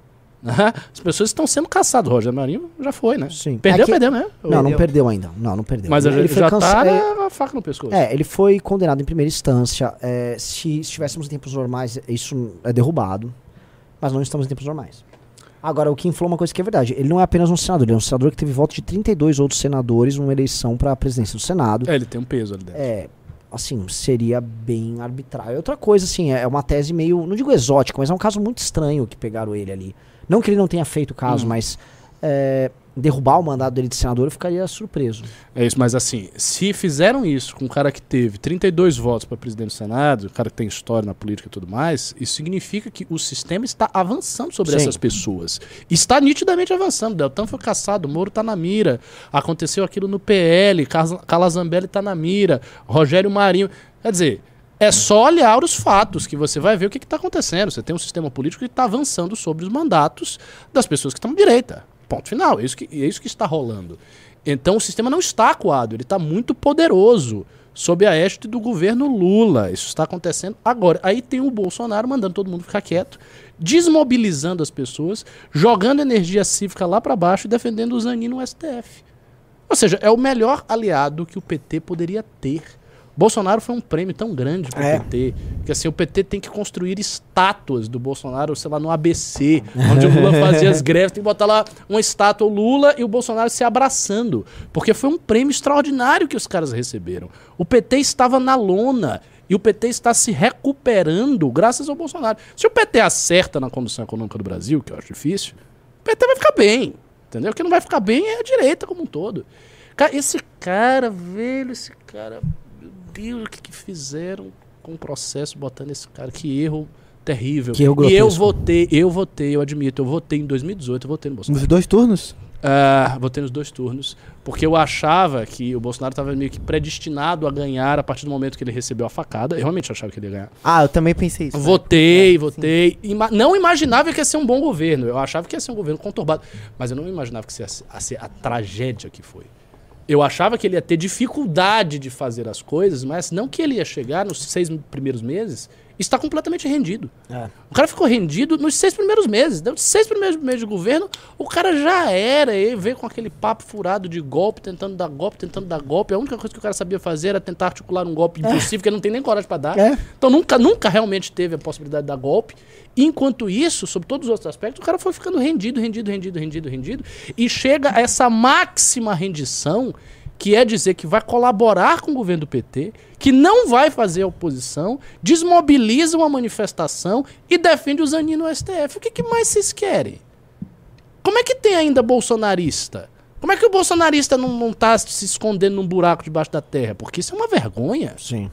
As pessoas estão sendo caçadas. O Rogério Marinho já foi, né? Sim. Perdeu, É que- perdeu, né? Não, não Ou- perdeu ainda. Não, não perdeu. Mas ele ele foi já cansa- tá é, na faca no pescoço. É, ele foi condenado em primeira instância. É, se estivéssemos em tempos normais, isso é derrubado. Mas não estamos em tempos normais. Agora, o Kim falou uma coisa que é verdade. Ele não é apenas um senador, ele é um senador que teve voto de trinta e dois outros senadores numa eleição para a presidência do Senado. É, ele tem um peso ali dentro. É, assim, seria bem arbitrário. Outra coisa, assim, é uma tese meio, não digo exótica, mas é um caso muito estranho que pegaram ele ali. Não que ele não tenha feito o caso, Hum. mas é, derrubar o mandato dele de senador eu ficaria surpreso. É isso, mas assim, se fizeram isso com um cara que teve trinta e dois votos para presidente do Senado, um cara que tem história na política e tudo mais, isso significa que o sistema está avançando sobre Sim. essas pessoas. Está nitidamente avançando. Deltan foi caçado, Moro está na mira, aconteceu aquilo no P L, Cas- Calazambelli está na mira, Rogério Marinho. Quer dizer, é só olhar os fatos que você vai ver o que está acontecendo. Você tem um sistema político que está avançando sobre os mandatos das pessoas que estão à direita. Ponto final. É isso que, é isso que está rolando. Então o sistema não está acuado, ele está muito poderoso sob a égide do governo Lula. Isso está acontecendo agora. Aí tem o Bolsonaro mandando todo mundo ficar quieto, desmobilizando as pessoas, jogando energia cívica lá para baixo e defendendo o Zanin no S T F. Ou seja, é o melhor aliado que o P T poderia ter. Bolsonaro foi um prêmio tão grande para o É. P T, que assim, o P T tem que construir estátuas do Bolsonaro, sei lá, no A B C, onde o Lula fazia as greves, tem que botar lá uma estátua, o Lula e o Bolsonaro se abraçando, porque foi um prêmio extraordinário que os caras receberam. O P T estava na lona, e o P T está se recuperando graças ao Bolsonaro. Se o P T acerta na condução econômica do Brasil, que eu acho difícil, o P T vai ficar bem, entendeu? O que não vai ficar bem é a direita como um todo. Cara, esse cara, velho, esse cara... Deus, o que, que fizeram com o processo botando esse cara? Que erro terrível. Que erro e eu grotesco. votei, eu votei, eu admito, eu votei em dois mil e dezoito, eu votei no Bolsonaro. Nos dois turnos? Ah, votei nos dois turnos, porque eu achava que o Bolsonaro estava meio que predestinado a ganhar a partir do momento que ele recebeu a facada. Eu realmente achava que ele ia ganhar. Ah, eu também pensei isso. né? Votei, É, votei. Ima- não imaginava que ia ser um bom governo. Eu achava que ia ser um governo conturbado. Mas eu não imaginava que ia ser, a ser a tragédia que foi. Eu achava que ele ia ter dificuldade de fazer as coisas, mas não que ele ia chegar nos seis primeiros meses e está completamente rendido. É. O cara ficou rendido nos seis primeiros meses. Deu seis primeiros meses de governo, o cara já era. Ele veio com aquele papo furado de golpe, tentando dar golpe, tentando dar golpe. A única coisa que o cara sabia fazer era tentar articular um golpe impossível, que ele não tem nem coragem para dar. É. Então nunca, nunca realmente teve a possibilidade de dar golpe. Enquanto isso, sobre todos os outros aspectos, o cara foi ficando rendido, rendido, rendido, rendido, rendido. E chega a essa máxima rendição, que é dizer que vai colaborar com o governo do P T, que não vai fazer oposição, desmobiliza uma manifestação e defende o Zanin no S T F. O que, que mais vocês querem? Como é que tem ainda bolsonarista? Como é que o bolsonarista não, não tá se escondendo num buraco debaixo da terra? Porque isso é uma vergonha. Sim.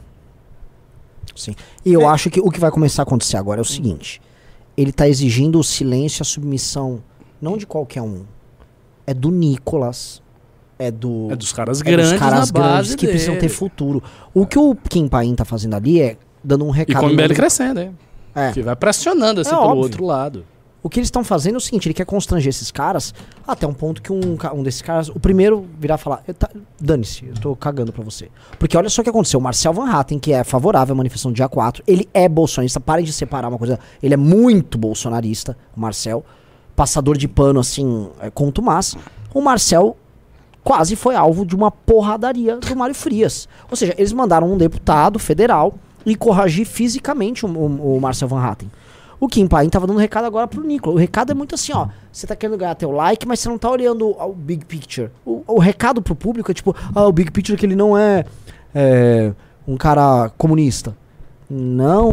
Sim. E eu acho que o que vai começar a acontecer agora é o seguinte. Ele tá exigindo o silêncio e a submissão, não de qualquer um. É do Nicolas. É do... É dos caras é grandes dos caras na base grandes que precisam ter dele. futuro. O que o Kim Paim tá fazendo ali é dando um E recado... com o em M B L nome- crescendo, hein? É. Que vai pressionando assim É pelo óbvio. outro lado. O que eles estão fazendo é o seguinte, ele quer constranger esses caras até um ponto que um, ca- um desses caras, o primeiro virar e falar, "Eu tá- dane-se, eu tô cagando pra você." Porque olha só o que aconteceu, o Marcel Van Hatten, que é favorável à manifestação do dia quatro, ele é bolsonarista, parem de separar uma coisa, ele é muito bolsonarista, o Marcel, passador de pano assim, é, contumaz. O Marcel quase foi alvo de uma porradaria do Mário Frias. Ou seja, eles mandaram um deputado federal e corrigir fisicamente o, o, o Marcel Van Hatten. O Kim Paim tava dando recado agora pro Nicolas. O recado é muito assim, ó. Você tá querendo ganhar teu like, mas você não tá olhando ao big picture. O, o recado pro público é tipo, ah, o big picture é que ele não é, é um cara comunista. Não.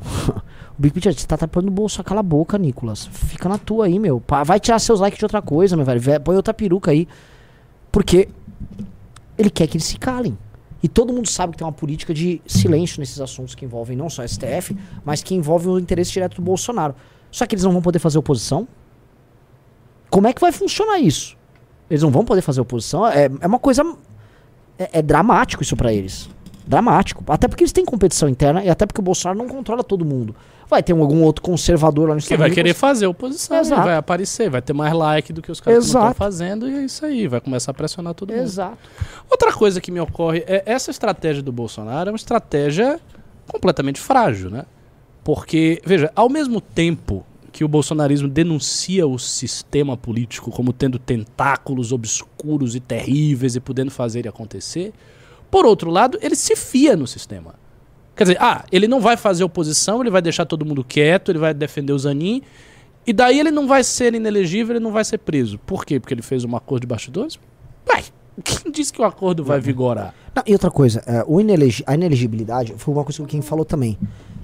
O big picture, você tá tapando o bolso, cala a boca, Nicolas. Fica na tua aí, meu. Pa- Vai tirar seus likes de outra coisa, meu velho. Vé- Põe outra peruca aí. Porque ele quer que eles se calem. E todo mundo sabe que tem uma política de silêncio nesses assuntos que envolvem não só o S T F, mas que envolvem o interesse direto do Bolsonaro. Só que eles não vão poder fazer oposição? Como é que vai funcionar isso? Eles não vão poder fazer oposição? É, é uma coisa... É, é dramático isso pra eles. Dramático. Até porque eles têm competição interna e até porque o Bolsonaro não controla todo mundo. Vai ter um, algum outro conservador lá no Que Estados vai Unidos. querer fazer oposição, Exato. vai aparecer, vai ter mais like do que os caras estão Exato. fazendo, e é isso aí, vai começar a pressionar todo mundo. Exato. Outra coisa que me ocorre é essa estratégia do Bolsonaro é uma estratégia completamente frágil, né? Porque, veja, ao mesmo tempo que o bolsonarismo denuncia o sistema político como tendo tentáculos obscuros e terríveis e podendo fazer ele acontecer. Por outro lado, ele se fia no sistema. Quer dizer, ah, ele não vai fazer oposição, ele vai deixar todo mundo quieto, ele vai defender o Zanin, e daí ele não vai ser inelegível, ele não vai ser preso. Por quê? Porque ele fez um acordo de bastidores? Ué, quem disse que o acordo vai vigorar? Não, e outra coisa, é, o inelegi- a inelegibilidade foi uma coisa que quem falou também.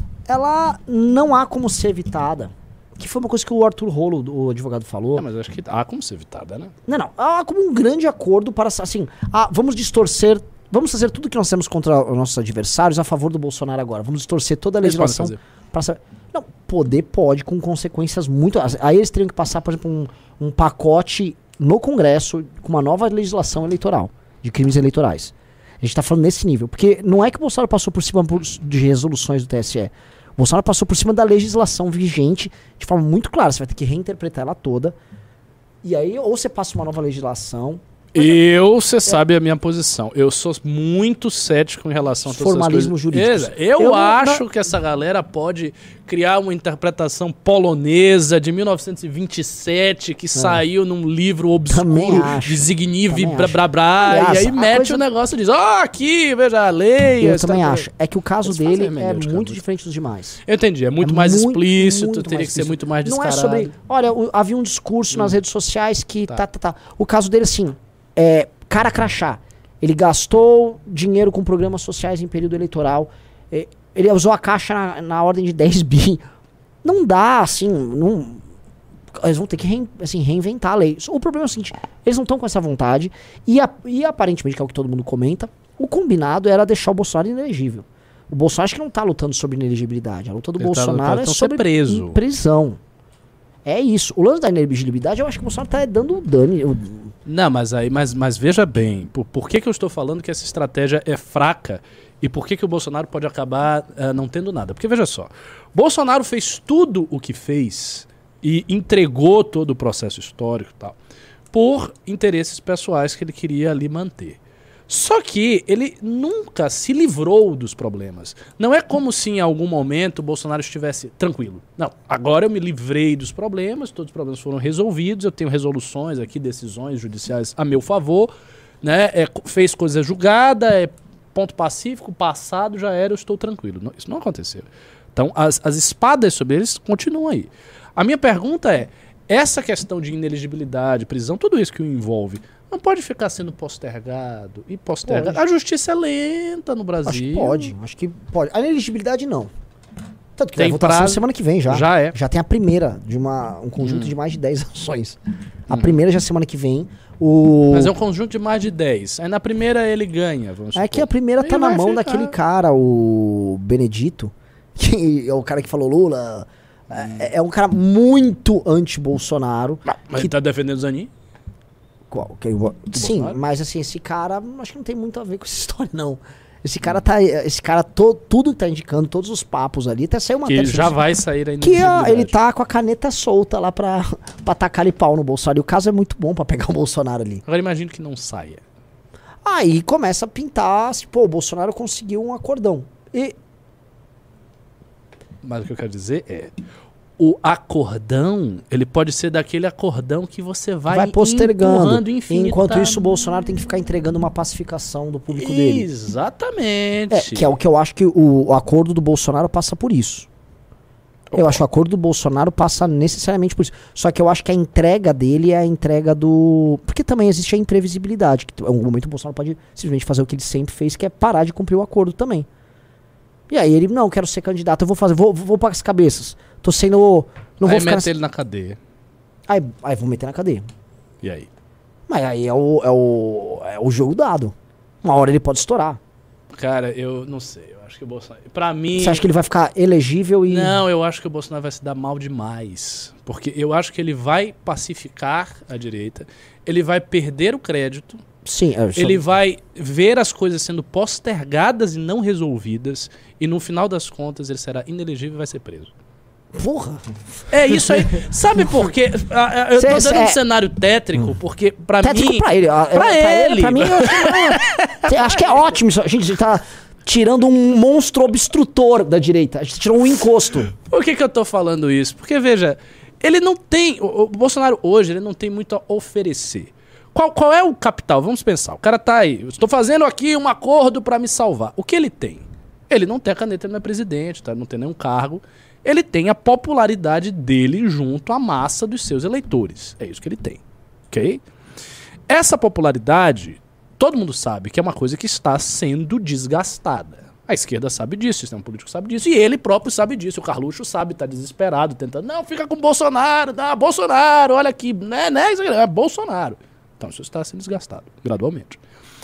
Ela não há como ser evitada. Que foi uma coisa que o Arthur Rolo, o advogado, falou. É, mas eu acho que há como ser evitada, né? Não, não. Há como um grande acordo para, assim, ah, vamos distorcer, vamos fazer tudo que nós temos contra os nossos adversários a favor do Bolsonaro agora. Vamos distorcer toda a Eles podem legislação. fazer. Pra saber. Não, poder pode, com consequências muito... Aí eles teriam que passar, por exemplo, um, um pacote no Congresso com uma nova legislação eleitoral, de crimes eleitorais. A gente tá falando nesse nível. Porque não é que o Bolsonaro passou por cima de resoluções do T S E. O Bolsonaro passou por cima da legislação vigente de forma muito clara. Você vai ter que reinterpretar ela toda. E aí, ou você passa uma nova legislação... Eu, você sabe a minha posição. Eu sou muito cético em relação a todas Formalismo essas coisas. jurídico. Eu, Eu não- acho não- que essa galera pode criar uma interpretação polonesa de mil novecentos e vinte e sete que saiu num livro Também obscuro acho. de Zbigniew Também blá acho. blá blá, Aliás, e aí a mete coisa- o negócio e diz, ó, aqui, veja a lei. Eu essa também coisa. acho. É que o caso Eles fazem dele é hermenêutica, muito muito. diferente dos demais. Eu entendi, é muito É mais muito, explícito, muito teria mais que ser explícito. muito mais Não é descarado. sobre... Olha, o- havia um discurso nas redes sociais que... Tá. Tá. Tá, tá, O caso dele, assim, é cara crachá. Ele gastou dinheiro com programas sociais em período eleitoral. é, Ele usou a caixa na, na ordem de dez bi. Não dá, assim... Não, eles vão ter que rein- assim, reinventar a lei. O problema é o seguinte, eles não estão com essa vontade. E, a- e aparentemente, que é o que todo mundo comenta, o combinado era deixar o Bolsonaro inelegível. O Bolsonaro acho que não tá lutando sobre inelegibilidade. A luta do Ele tá Bolsonaro lutando é pra ser sobre preso. prisão. É isso. O lance da inelegibilidade, eu acho que o Bolsonaro tá dando dano. o- Não, mas aí, mas, mas veja bem, por, por que, que eu estou falando que essa estratégia é fraca e por que, que o Bolsonaro pode acabar eh, não tendo nada? Porque veja só, Bolsonaro fez tudo o que fez e entregou todo o processo histórico e tal, por interesses pessoais que ele queria ali manter. Só que ele nunca se livrou dos problemas. Não é como se em algum momento o Bolsonaro estivesse tranquilo. Não, agora eu me livrei dos problemas, todos os problemas foram resolvidos, eu tenho resoluções aqui, decisões judiciais a meu favor, né? É, co- fez coisa julgada, é ponto pacífico, passado já era, eu estou tranquilo. Não, isso não aconteceu. Então as, as espadas sobre eles continuam aí. A minha pergunta é, essa questão de inelegibilidade, prisão, tudo isso que o envolve, não pode ficar sendo postergado e postergado. Pode. A justiça é lenta no Brasil. Acho que pode. Acho que pode. A inelegibilidade, não. Tanto que Tem vai votação prazo. semana que vem já. Já é. Já tem a primeira de uma, um conjunto Hum. de mais de dez ações. A primeira já é semana que vem. O... Mas é um conjunto de mais de dez. Aí na primeira ele ganha, vamos É supor. que a primeira Ele tá na vai mão ficar. daquele cara, o Benedito, que é o cara que falou Lula. É, é um cara muito anti-Bolsonaro. Mas que ele tá defendendo o Zanin? Qual? Que eu vou- Sim, Bolsonaro? mas assim, esse cara acho que não tem muito a ver com essa história, não. Esse cara tá. Esse cara, to, tudo que tá indicando, todos os papos ali, até saiu uma Que já vai sair ainda. Que a, ele tá com a caneta solta lá pra, pra tacar ali pau no Bolsonaro. E o caso é muito bom pra pegar o Bolsonaro ali. Agora imagino que não saia. Aí começa a pintar, assim, pô, o Bolsonaro conseguiu um acordão. E Mas o que eu quero dizer é, o acordão, ele pode ser daquele acordão que você vai, vai, postergando. empurrando infinito, Enquanto tá? isso, o Bolsonaro tem que ficar entregando uma pacificação do público dele. Exatamente. É, que é o que eu acho que o, o acordo do Bolsonaro passa por isso. Eu acho que o acordo do Bolsonaro passa necessariamente por isso. Só que eu acho que a entrega dele é a entrega do... Porque também existe a imprevisibilidade. Que em algum momento o Bolsonaro pode simplesmente fazer o que ele sempre fez, que é parar de cumprir o acordo também. E aí ele, não, quero ser candidato, eu vou fazer, vou, vou para as cabeças. Tô sendo... Não Aí vou ficar... mete nessa- ele na cadeia. Aí, aí vou meter na cadeia. E aí? Mas aí é o, é o, é o jogo dado. Uma hora ele pode estourar. Cara, eu não sei. Eu acho que o Bolsonaro... Pra mim... Você acha que ele vai ficar elegível e... Não, eu acho que o Bolsonaro vai se dar mal demais. Porque eu acho que ele vai pacificar a direita, ele vai perder o crédito, Sim, eu sou... ele vai ver as coisas sendo postergadas e não resolvidas, e no final das contas ele será inelegível e vai ser preso. Porra! É isso aí. Sabe por quê? Ah, ah, Eu Cê- tô dando cê- um cenário tétrico, porque pra Tétrico mim... pra ele. ah, Pra é, ele. Pra mim, eu acho que, não, Cê acho que é ótimo isso. A gente tá tirando um monstro obstrutor da direita. A gente tirou um encosto. Por que que eu tô falando isso? Porque, veja, ele não tem, o, o Bolsonaro hoje, ele não tem muito a oferecer. Qual, qual é o capital? Vamos pensar, o cara tá aí, eu estou fazendo aqui um acordo para me salvar. O que ele tem? Ele não tem a caneta, ele não é presidente, tá? Não tem nenhum cargo. Ele tem a popularidade dele junto à massa dos seus eleitores. É isso que ele tem, ok? Essa popularidade, todo mundo sabe que é uma coisa que está sendo desgastada. A esquerda sabe disso, o sistema político sabe disso, e ele próprio sabe disso. O Carluxo sabe, tá desesperado, tentando, não, fica com Bolsonaro, não, Bolsonaro, olha aqui, né, né, é Bolsonaro. Então isso está sendo desgastado, gradualmente.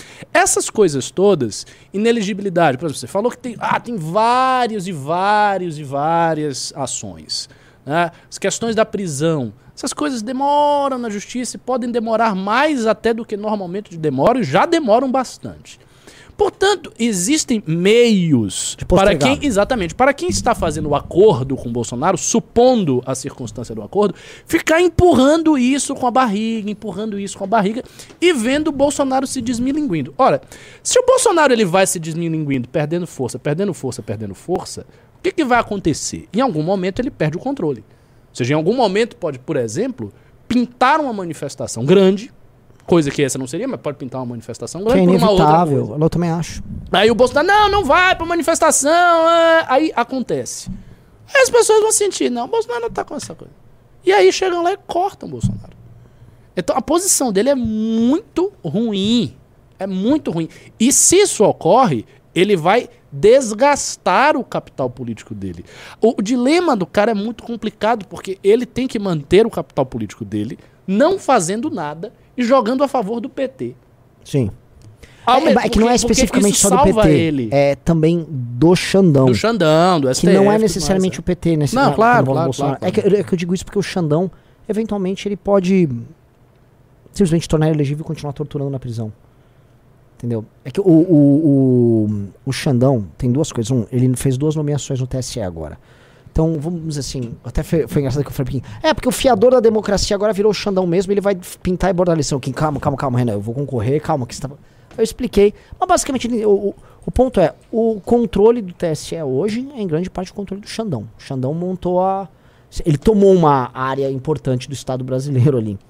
Essas coisas todas, ineligibilidade, por exemplo, você falou que tem, ah, tem vários e vários e várias ações, né? As questões da prisão, essas coisas demoram na justiça e podem demorar mais até do que normalmente demoram, e já demoram bastante. Portanto, existem meios para quem, exatamente, para quem está fazendo o acordo com o Bolsonaro, supondo a circunstância do acordo, ficar empurrando isso com a barriga, empurrando isso com a barriga e vendo o Bolsonaro se desmilinguindo. Ora, se o Bolsonaro ele vai se desmilinguindo, perdendo força, perdendo força, perdendo força, o que, que vai acontecer? Em algum momento ele perde o controle. Ou seja, em algum momento pode, por exemplo, pintar uma manifestação grande, coisa que essa não seria, mas pode pintar uma manifestação grande que é por uma outra coisa. Eu também acho. Aí o Bolsonaro, não, não vai pra manifestação. É. Aí acontece. Aí as pessoas vão sentir, não, o Bolsonaro não tá com essa coisa. E aí chegam lá e cortam o Bolsonaro. Então a posição dele é muito ruim. É muito ruim. E se isso ocorre, ele vai desgastar o capital político dele. O, o dilema do cara é muito complicado, porque ele tem que manter o capital político dele, não fazendo nada e jogando a favor do P T. Sim. Ah, é, é que não é especificamente só do P T, ele. É também do Xandão. Do Xandão, do S T F. Que não é necessariamente mais, o P T nesse Não, na, claro, na, claro, claro, é, que, é que eu digo isso porque o Xandão, eventualmente, ele pode simplesmente tornar elegível e continuar torturando na prisão. Entendeu? É que o, o, o, o Xandão tem duas coisas. Um, ele fez duas nomeações no T S E agora. Então, vamos dizer assim, até foi, foi engraçado que eu falei, é, porque o fiador da democracia agora virou o Xandão mesmo, ele vai pintar e bordar a lição. Kim, calma, calma, calma, Renan, eu vou concorrer, calma, que você tá... Eu expliquei, mas basicamente o, o, o ponto é, o controle do T S E hoje é em grande parte o controle do Xandão. O Xandão montou a... Ele tomou uma área importante do Estado brasileiro ali.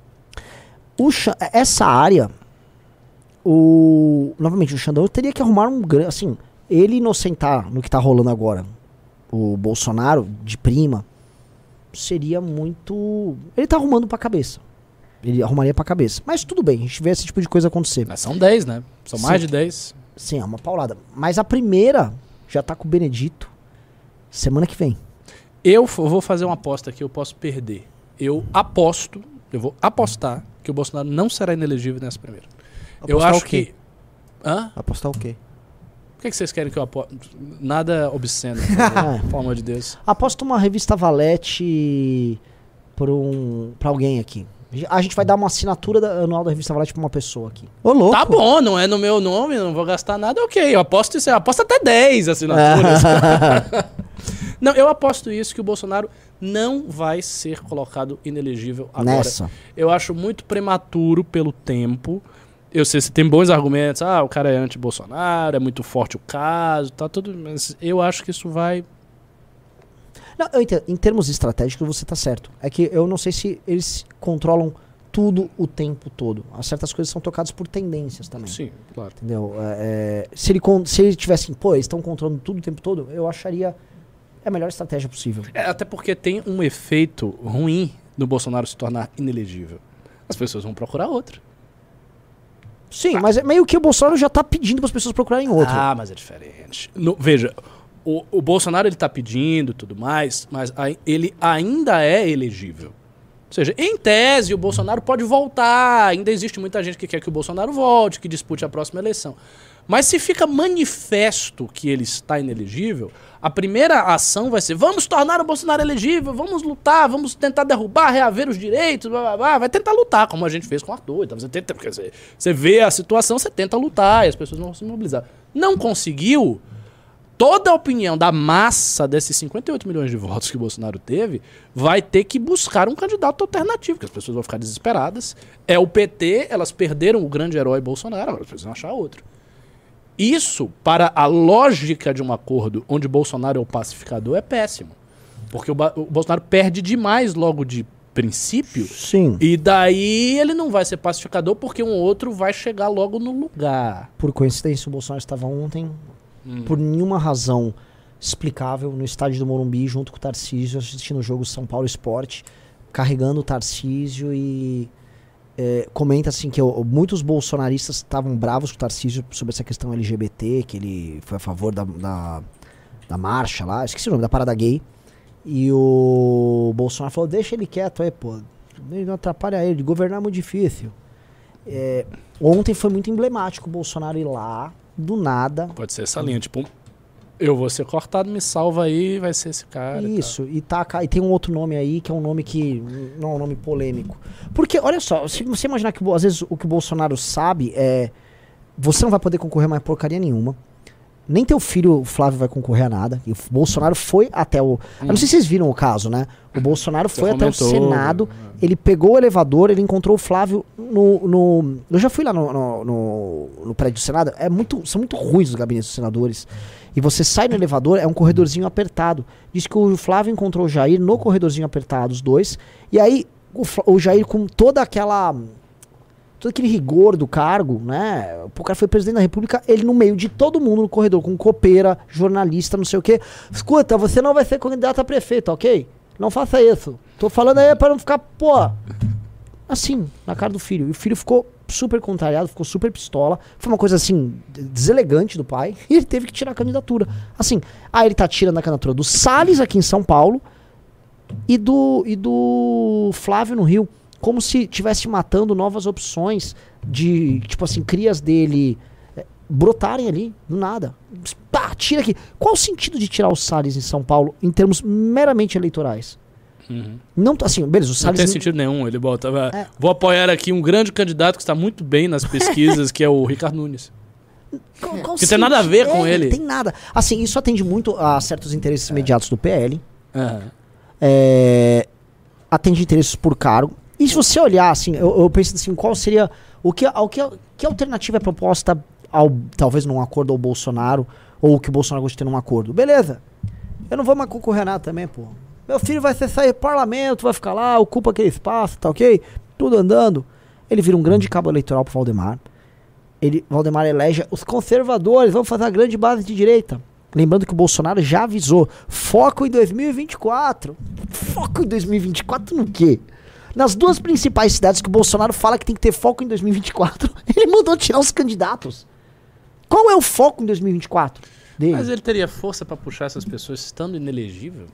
O, essa área, o, novamente, o Xandão teria que arrumar um grande... Assim, ele inocentar no que tá rolando agora o Bolsonaro de prima seria muito... Ele tá arrumando pra cabeça. Ele arrumaria pra cabeça. Mas tudo bem, a gente vê esse tipo de coisa acontecer. Mas são dez, né? São mais Sim. de dez. Sim, é uma paulada. Mas a primeira já tá com o Benedito semana que vem. Eu vou fazer uma aposta aqui, eu posso perder. Eu aposto, eu vou apostar que o Bolsonaro não será inelegível nessa primeira. Apostar eu acho o quê? que... Hã? Apostar o quê? Por que, que vocês querem que eu aposte? Nada obsceno, por favor, pelo amor de Deus. Aposta uma revista Valete por um, pra alguém aqui. A gente vai dar uma assinatura da, anual da revista Valete pra uma pessoa aqui. Ô, louco. Tá bom, não é no meu nome, não vou gastar nada, ok. Eu aposto isso, eu aposto até dez assinaturas. Não, eu aposto isso, que o Bolsonaro não vai ser colocado inelegível agora. Nessa. Eu acho muito prematuro pelo tempo. Eu sei, você tem bons argumentos, ah, o cara é anti-Bolsonaro, é muito forte o caso, tá tudo, mas eu acho que isso vai... Não, eu entendo, em termos estratégicos você tá certo. É que eu não sei se eles controlam tudo o tempo todo. Certas coisas são tocadas por tendências também. Sim, claro. Entendeu? É, se, ele, se ele tivesse, pô, eles estão controlando tudo o tempo todo, eu acharia a melhor estratégia possível. É, até porque tem um efeito ruim do Bolsonaro se tornar inelegível. As pessoas vão procurar outro. Sim, ah. mas é meio que o Bolsonaro já tá pedindo para as pessoas procurarem outro. Ah, mas é diferente. No, veja, o, o Bolsonaro ele tá pedindo tudo mais, mas a, ele ainda é elegível. Ou seja, em tese, o Bolsonaro pode voltar. Ainda existe muita gente que quer que o Bolsonaro volte, que dispute a próxima eleição. Mas se fica manifesto que ele está inelegível, a primeira ação vai ser: vamos tornar o Bolsonaro elegível, vamos lutar, vamos tentar derrubar, reaver os direitos, blá, blá, blá. Vai tentar lutar, como a gente fez com o Arthur. Então você, tenta, porque você, você vê a situação, você tenta lutar e as pessoas vão se mobilizar. Não conseguiu, toda a opinião da massa desses cinquenta e oito milhões de votos que o Bolsonaro teve vai ter que buscar um candidato alternativo, porque as pessoas vão ficar desesperadas. É o P T, elas perderam o grande herói Bolsonaro, agora precisam achar outro. Isso, para a lógica de um acordo onde Bolsonaro é o pacificador, é péssimo. Porque o, Ba- o Bolsonaro perde demais logo de princípio. Sim. E daí ele não vai ser pacificador porque um outro vai chegar logo no lugar. Por coincidência, o Bolsonaro estava ontem, Hum. por nenhuma razão explicável, no estádio do Morumbi, junto com o Tarcísio, assistindo o jogo São Paulo Sport, carregando o Tarcísio e é, comenta assim que o- muitos bolsonaristas estavam bravos com o Tarcísio sobre essa questão L G B T, que ele foi a favor da, da, da marcha lá, esqueci o nome, da parada gay. E o Bolsonaro falou, deixa ele quieto aí, pô, não atrapalha ele, governar é muito difícil. É, ontem foi muito emblemático o Bolsonaro ir lá, do nada. Pode ser essa linha, tipo, eu vou ser cortado, me salva aí, vai ser esse cara. e Isso, e, tá, ca- e tem um outro nome aí, que é um nome que não é um nome polêmico. Porque, olha só, se você imaginar que o Bo- às vezes o que o Bolsonaro sabe é, você não vai poder concorrer mais porcaria nenhuma. Nem teu filho, o Flávio, vai concorrer a nada. E o Bolsonaro foi até o... Eu não sei se vocês viram o caso, né? O Bolsonaro Você foi até o comentou, Senado, né? ele pegou o elevador, ele encontrou o Flávio no... no- eu já fui lá no, no, no- no prédio do Senado, é muito, são muito ruins os gabinetes dos senadores. E você sai no elevador, é um corredorzinho apertado. Diz que o Flávio encontrou o Jair no corredorzinho apertado, os dois. E aí o, Fla- o Jair com toda aquela... todo aquele rigor do cargo, né? O cara foi presidente da República, ele no meio de todo mundo no corredor, com copeira, jornalista, não sei o quê. Escuta, você não vai ser candidato a prefeito, ok? Não faça isso. Tô falando aí pra não ficar, pô, assim, na cara do filho. E o filho ficou super contrariado, ficou super pistola. Foi uma coisa, assim, deselegante do pai. E ele teve que tirar a candidatura. Assim, aí ele tá tirando a candidatura do Salles aqui em São Paulo e do, e do Flávio no Rio. Como se tivesse matando novas opções de, tipo assim, crias dele eh, brotarem ali, do nada. Pá, tira aqui. Qual o sentido de tirar o Salles em São Paulo em termos meramente eleitorais? Uhum. Não, assim, beleza, o Não Salles... tem sentido nenhum. Ele bota, vai, É. vou apoiar aqui um grande candidato que está muito bem nas pesquisas, que é o Ricardo Nunes. Qual- qual Que tem nada a ver com é, ele. Tem nada. Assim, isso atende muito a certos interesses imediatos do P L. Aham. É, atende interesses por cargo. E se você olhar, assim, eu, eu penso assim, qual seria... O que, o que, que alternativa é proposta, ao, talvez num acordo ao Bolsonaro, ou o que o Bolsonaro gosta de ter num acordo? Beleza. Eu não vou mais concorrer a nada também, pô. Meu filho vai ser sair do parlamento, vai ficar lá, ocupa aquele espaço, tá ok? Tudo andando. Ele vira um grande cabo eleitoral pro Valdemar. Ele, Valdemar elege os conservadores, vamos fazer a grande base de direita. Lembrando que o Bolsonaro já avisou, foco em dois mil e vinte e quatro. Foco em dois mil e vinte e quatro no quê? Nas duas principais cidades que o Bolsonaro fala que tem que ter foco em dois mil e vinte e quatro, ele mandou tirar os candidatos. Qual é o foco em dois mil e vinte e quatro dele? Mas ele teria força para puxar essas pessoas estando inelegível?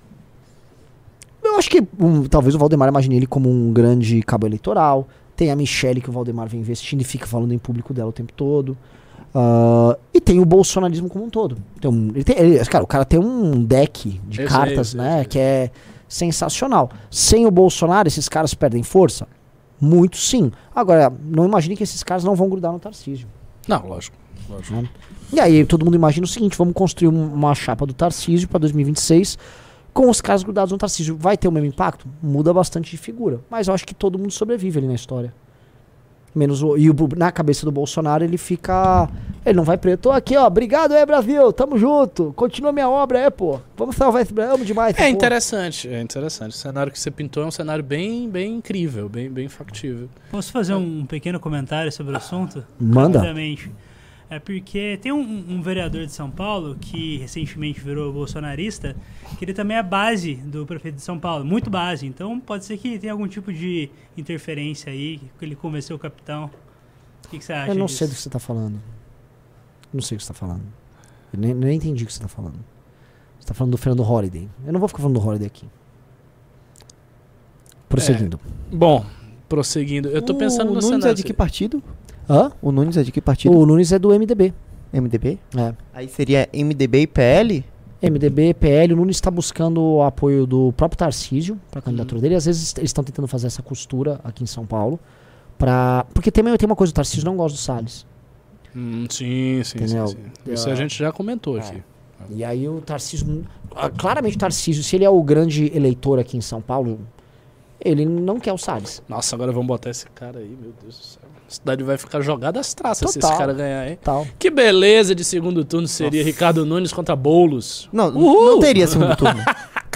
Eu acho que um, talvez o Valdemar imagine ele como um grande cabo eleitoral. Tem a Michelle que o Valdemar vem investindo e fica falando em público dela o tempo todo. Uh, e tem o bolsonarismo como um todo. Tem um, ele tem, ele, cara, o cara tem um deck de Eu sei, cartas, eu sei, né, eu sei. que é sensacional. Sem o Bolsonaro, esses caras perdem força? Muito sim. Agora, não imagine que esses caras não vão grudar no Tarcísio. Não, lógico. lógico. Né? E aí todo mundo imagina o seguinte, vamos construir um- uma chapa do Tarcísio para dois mil e vinte e seis com os caras grudados no Tarcísio. Vai ter o mesmo impacto? Muda bastante de figura. Mas eu acho que todo mundo sobrevive ali na história. Menos o, e o, na cabeça do Bolsonaro ele fica... Ele não vai preto. Tô aqui, ó. Obrigado aí, Brasil. Tamo junto. Continua minha obra aí, pô. Vamos salvar esse Brasil. Amo demais. É pô. interessante, é interessante. O cenário que você pintou é um cenário bem, bem incrível, bem, bem factível. Posso fazer um pequeno comentário sobre o assunto? Manda. Rapidamente. É porque tem um, um vereador de São Paulo que recentemente virou bolsonarista, que ele também é base do prefeito de São Paulo, muito base. Então pode ser que tenha algum tipo de interferência aí, que ele convenceu o capitão. O que, que você acha Eu não disso? sei do que você tá falando. Não sei o que você tá falando. Eu nem, nem entendi o que você tá falando. Você tá falando do Fernando Holliday. Eu não vou ficar falando do Holliday aqui. Prosseguindo. Bom, prosseguindo. Eu tô pensando o no Nunes cenário. é de que partido? Hã? O Nunes é de que partido? O Nunes é do M D B. M D B? É. Aí seria M D B e P L? M D B, P L, o Nunes está buscando o apoio do próprio Tarcísio para a candidatura dele. Às vezes eles estão tentando fazer essa costura aqui em São Paulo. Pra... Porque também tem uma coisa, o Tarcísio não gosta do Salles. Hum, sim, sim, sim, Entendeu? sim. Isso a gente já comentou aqui. E aí o Tarcísio... ah, Claramente o Tarcísio, se ele é o grande eleitor aqui em São Paulo, ele não quer o Salles. Nossa, agora vamos botar esse cara aí, meu Deus do céu. A cidade vai ficar jogada às traças se Total. esse cara ganhar, hein? Tal. Que beleza de segundo turno seria Ricardo Nunes contra Boulos. Não, Uhul! não teria segundo turno.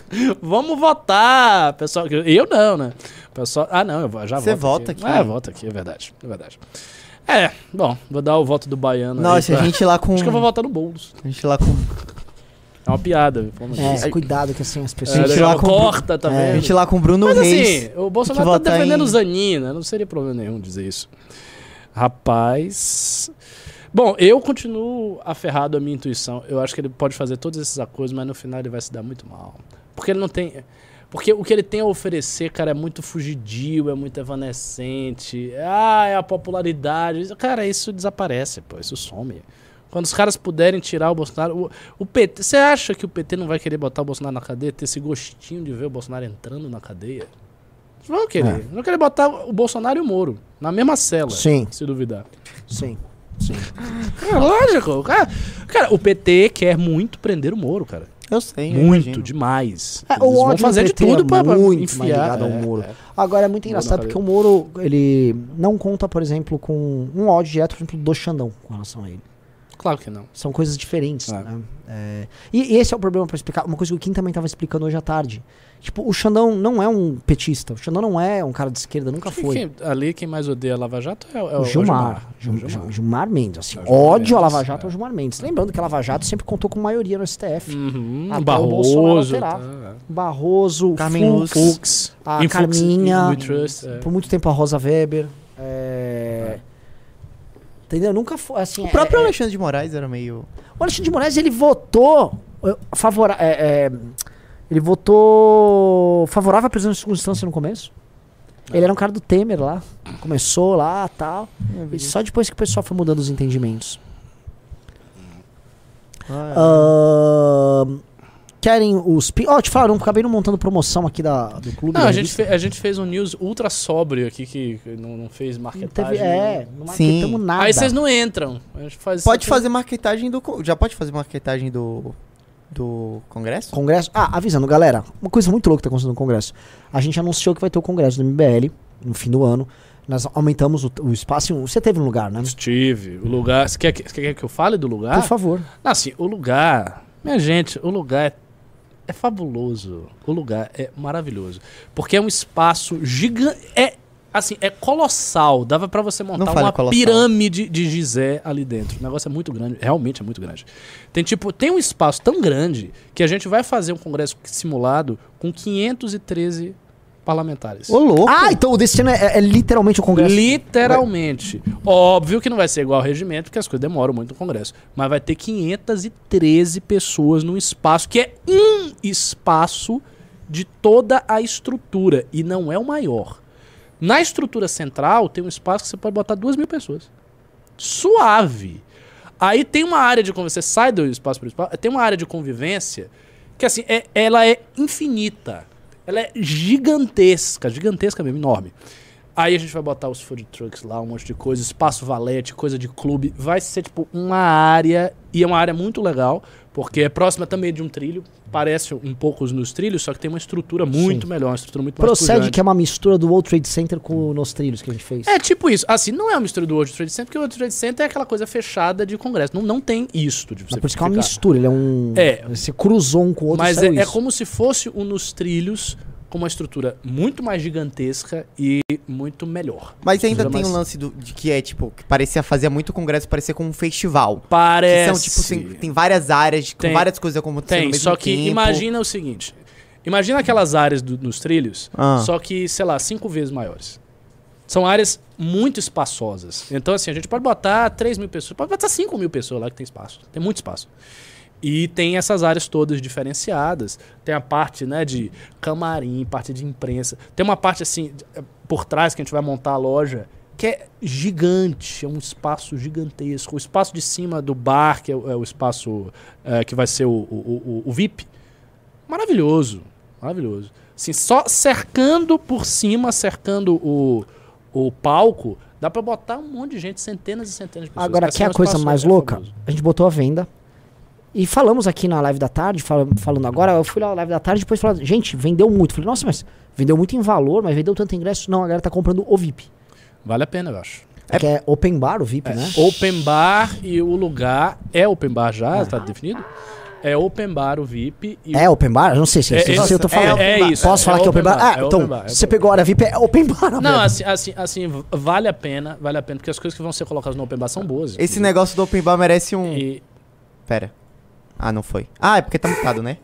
Vamos votar, pessoal. Eu não, né? Pessoal, ah, não, eu já Você voto vota aqui. Ah, voto aqui, é verdade, é verdade. É, bom, vou dar o voto do baiano. Nossa, aí pra... a gente lá com... Acho que eu vou votar no Boulos. A gente lá com... É uma piada. Vamos É, dizer. cuidado que assim as É, pessoas... gente gente lá lá com- corta, tá É, A vendo? gente lá com o Bruno Mas Reis. assim, o Bolsonaro que tá vota defendendo em- o Zanin, né? Não seria problema nenhum dizer isso. Rapaz... Bom, eu continuo aferrado à minha intuição. Eu acho que ele pode fazer todos esses acordos, mas no final ele vai se dar muito mal. Porque ele não tem... Porque o que ele tem a oferecer, cara, é muito fugidio, é muito evanescente. Ah, é a popularidade. Cara, isso desaparece, pô. Isso some. Quando os caras puderem tirar o Bolsonaro... O, o P T... Você acha que o P T não vai querer botar o Bolsonaro na cadeia? Ter esse gostinho de ver o Bolsonaro entrando na cadeia? Eles vão querer. É. Vão querer botar o Bolsonaro e o Moro na mesma cela. Sim. Se duvidar. Sim, sim. É lógico. Cara, cara, o P T quer muito prender o Moro, cara. Eu sei, eu Muito, imagino. demais. É, Eles o vão ódio fazer do de P T tudo é pra, pra muito enfiar. mais ligado ao é, Moro. é. Agora é muito Moro engraçado na porque o Moro, ele não conta, por exemplo, com um ódio direto, por exemplo, do Xandão com relação a ele. Claro que não. São coisas diferentes, É. né? É, e, e esse é o problema pra explicar. Uma coisa que o Kim também tava explicando hoje à tarde. Tipo, o Xandão não é um petista. O Xandão não é um cara de esquerda, nunca Acho que foi. quem- ali quem mais odeia a Lava Jato é, o- é o O Gilmar. Gilmar. Gil- Gil- Gilmar Mendes, assim. É o Gilmar Ódio à Mendes, Lava Jato é. é o Gilmar Mendes. Lembrando que a Lava Jato sempre contou com maioria no S T F. Uhum, Até o Barroso. Bolsonaro alterar. tá. Barroso, Carmen Fux, Luz. Fux. a Em Fux, Carminha, em We Trust, é. por muito tempo a Rosa Weber. é, Entendeu? Nunca foi assim. O próprio é- é- Alexandre de Moraes era meio... O Alexandre de Moraes, ele votou favorável. Ele votou favorável à prisão de segunda instância no começo. Ele era um cara do Temer lá. Começou lá e tal. E só depois que o pessoal foi mudando os entendimentos. Ah, Ahn, querem os. pi- Ó, te falaram, acabei não montando promoção aqui da, do clube. Não, da a gente, revista. fe- a gente fez um news ultra sóbrio aqui que que não, não fez Não marketagem. teve, é, não Sim. marketamos nada. Aí vocês não entram. A gente faz Pode isso aqui. fazer marketagem do... co- Já pode fazer marketagem do... Do Congresso? Congresso. Ah, avisando, galera. Uma coisa muito louca que tá acontecendo no Congresso. A gente anunciou que vai ter o Congresso do M B L no fim do ano. Nós aumentamos o, o espaço. Você teve um lugar, né? Steve, o lugar. Você quer, que- você quer que eu fale do lugar? Por favor. Não, assim, o lugar. Minha gente, o lugar é, é fabuloso. O lugar é maravilhoso. Porque é um espaço gigante. É, assim, é colossal. Dava pra você montar Não fale uma colossal. pirâmide de Gizé ali dentro. O negócio é muito grande. Realmente é muito grande. Tem, tipo, tem um espaço tão grande que a gente vai fazer um congresso simulado com quinhentos e treze parlamentares. Ô, louco! Ah, então o destino é, é literalmente o Congresso. Literalmente. Óbvio que não vai ser igual ao regimento, porque as coisas demoram muito no Congresso. Mas vai ter quinhentas e treze pessoas num espaço que é um espaço de toda a estrutura. E não é o maior. Na estrutura central tem um espaço que você pode botar duas mil pessoas. Suave. Aí tem uma área de convivência. Você sai do espaço principal, tem uma área de convivência que assim, é, ela é infinita. Ela é gigantesca, gigantesca mesmo, enorme. Aí a gente vai botar os food trucks lá, um monte de coisa, espaço valete, coisa de clube. Vai ser tipo uma área, e é uma área muito legal, porque é próxima também de um trilho. Parece um pouco nos trilhos, só que tem uma estrutura muito Sim. melhor, uma estrutura muito mais Procede pujante. que é uma mistura do World Trade Center com os trilhos que a gente fez. É tipo isso. Assim, não é uma mistura do World Trade Center, porque o World Trade Center é aquela coisa fechada de congresso. Não, não tem isto de você É por isso que é uma ficar. mistura, ele é um. É. Você cruzou um com o outro. Mas saiu é, é isso. como se fosse um nos trilhos com uma estrutura muito mais gigantesca e muito melhor. Mas ainda Estrutura tem mais- um lance do, de que é, tipo, que parecia fazer muito congresso, parecia como um festival. Que Parece. são, tipo, tem, tem várias áreas, com Tem. várias coisas acontecendo ao Tem, mesmo só que tempo. imagina o seguinte. Imagina aquelas áreas do- nos trilhos, Ah. só que, sei lá, cinco vezes maiores. São áreas muito espaçosas. Então, assim, a gente pode botar três mil pessoas, pode botar cinco mil pessoas lá que tem espaço. Tem muito espaço. E tem essas áreas todas diferenciadas. Tem a parte, né, de camarim, parte de imprensa. Tem uma parte, assim, de- por trás que a gente vai montar a loja, que é gigante, é um espaço gigantesco. O espaço de cima do bar, que é o, é o espaço é, que vai ser o, o, o, o V I P, maravilhoso, maravilhoso. Assim, só cercando por cima, cercando o, o palco, dá pra botar um monte de gente, centenas e centenas de pessoas. Agora, Assim, quer é a um coisa espaço- mais é louca? fabuloso. A gente botou a venda. E falamos aqui na live da tarde, fal- falando agora, eu fui lá na live da tarde e depois falando, gente, vendeu muito. Falei, nossa, mas vendeu muito em valor, mas vendeu tanto ingresso. Não, a galera tá comprando o V I P. Vale a pena, eu acho. É que é open bar o V I P, né? Open bar e o lugar é open bar já, tá definido? É open bar o V I P. E É open bar? Eu não sei se, É, se, é, se eu tô falando. é, é isso. Posso é falar que é open bar? Ah, é então, open bar, é se você open pegou a área V I P, é open bar. Não, mesmo. assim, assim, assim, vale a pena, vale a pena, porque as coisas que vão ser colocadas no open bar são boas. Esse inclusive. negócio do open bar merece um... E, Pera. Ah, não foi. Ah, é porque tá mutado, né?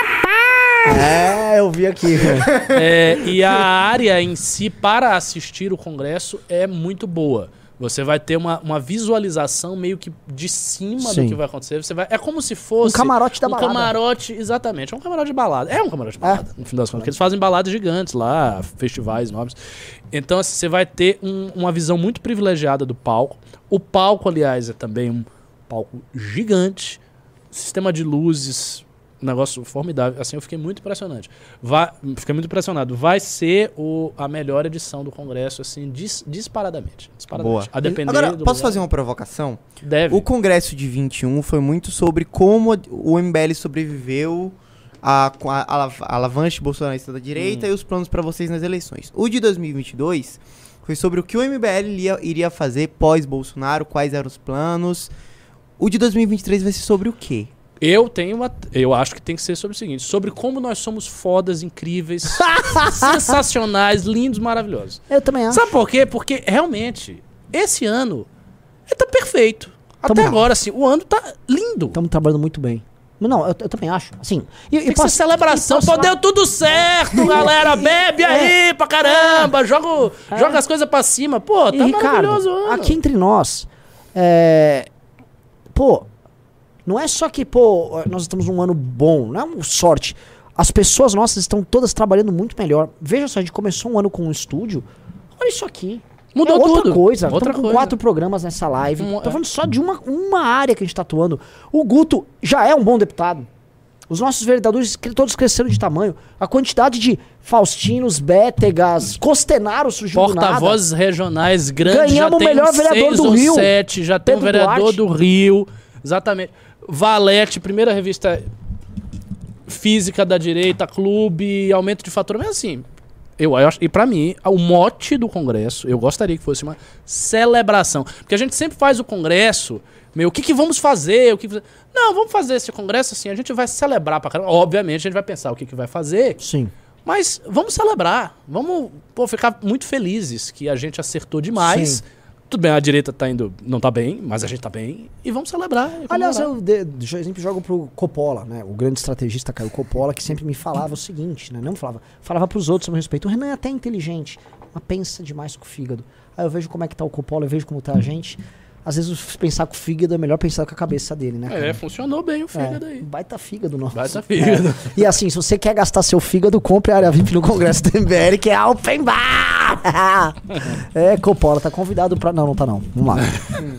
É, eu vi aqui. é, e a área em si, para assistir o congresso, é muito boa. Você vai ter uma, uma visualização meio que de cima Sim. do que vai acontecer. Você vai, é como se fosse... Um camarote da um balada. camarote, exatamente. É um camarote de balada. É um camarote de balada, no fim das contas. Porque eles fazem baladas gigantes lá, festivais enormes. Então, assim, você vai ter um- uma visão muito privilegiada do palco. O palco, aliás, é também um palco gigante. Sistema de luzes... Um negócio formidável. Assim, eu fiquei muito impressionante. Vai, fiquei muito impressionado. Vai ser o, a melhor edição do Congresso, assim, dis, disparadamente. disparadamente. Boa. A depender Agora, do posso lugar. fazer uma provocação? Deve. O Congresso de vinte e um foi muito sobre como o M B L sobreviveu à com a, a, a alavanche bolsonarista da direita Hum. e os planos pra vocês nas eleições. O de dois mil e vinte e dois foi sobre o que o M B L iria, iria fazer pós-Bolsonaro, quais eram os planos. O de dois mil e vinte e três vai ser sobre o quê? Eu tenho uma. Eu acho que tem que ser sobre o seguinte: sobre como nós somos fodas, incríveis, sensacionais, lindos, maravilhosos. Eu também acho. Sabe por quê? Porque realmente, esse ano ele tá perfeito. Até Tamo- agora, assim, o ano tá lindo. Estamos trabalhando muito bem. Mas não, eu, eu também acho. Assim, e, e Tem que posso- ser celebração. e posso Pô, falar- deu tudo certo, galera. Bebe aí pra caramba. Joga, É. joga as coisas pra cima. Pô, tá E, Ricardo, maravilhoso o ano. aqui entre nós, é, pô, não é só que, pô, nós estamos num ano bom, não é uma sorte. As pessoas nossas estão todas trabalhando muito melhor. Veja só, a gente começou um ano com um estúdio. Olha isso aqui. Mudou é outra tudo. coisa. Outra Estamos com coisa. quatro programas nessa live. Um- Tô falando só de uma, uma área que a gente tá atuando. O Guto já é um bom deputado. Os nossos vereadores cre- todos cresceram de tamanho. A quantidade de Faustinos, Bétegas, Costenaro surgiu do nada. Porta-vozes regionais grandes. Ganhamos já o tem melhor uns vereador seis do ou Rio, sete, já tem um Pedro vereador Duarte. do Rio. Exatamente. Valete, primeira revista física da direita, clube, aumento de faturamento. Assim, eu acho. E pra mim, o mote do Congresso, eu gostaria que fosse uma celebração. Porque a gente sempre faz o Congresso. Meu, o que, que vamos fazer? O que que- Não, vamos fazer esse congresso assim, a gente vai celebrar pra caramba. Obviamente, a gente vai pensar o que, que vai fazer, Sim. mas vamos celebrar. Vamos pô, ficar muito felizes que a gente acertou demais. Sim. Tudo bem, a direita tá indo, não tá bem, mas a gente tá bem. E vamos celebrar. e Aliás, comemorar. eu de, de- sempre jogo pro Coppola, né? O grande estrategista Caio Coppola, que sempre me falava o seguinte, né? Não falava, falava pros outros a meu respeito. O Renan é até inteligente, mas pensa demais com o fígado. Aí eu vejo como é que tá o Coppola, eu vejo como tá a gente. Às vezes pensar com o fígado é melhor pensar com a cabeça dele, né? É, cara? funcionou bem o fígado É, aí. baita fígado nosso. Baita fígado. É. E assim, se você quer gastar seu fígado, compre a área V I P no Congresso do M B L, que é Open Bar! É, Coppola, tá convidado pra... Não, não tá não. Vamos lá.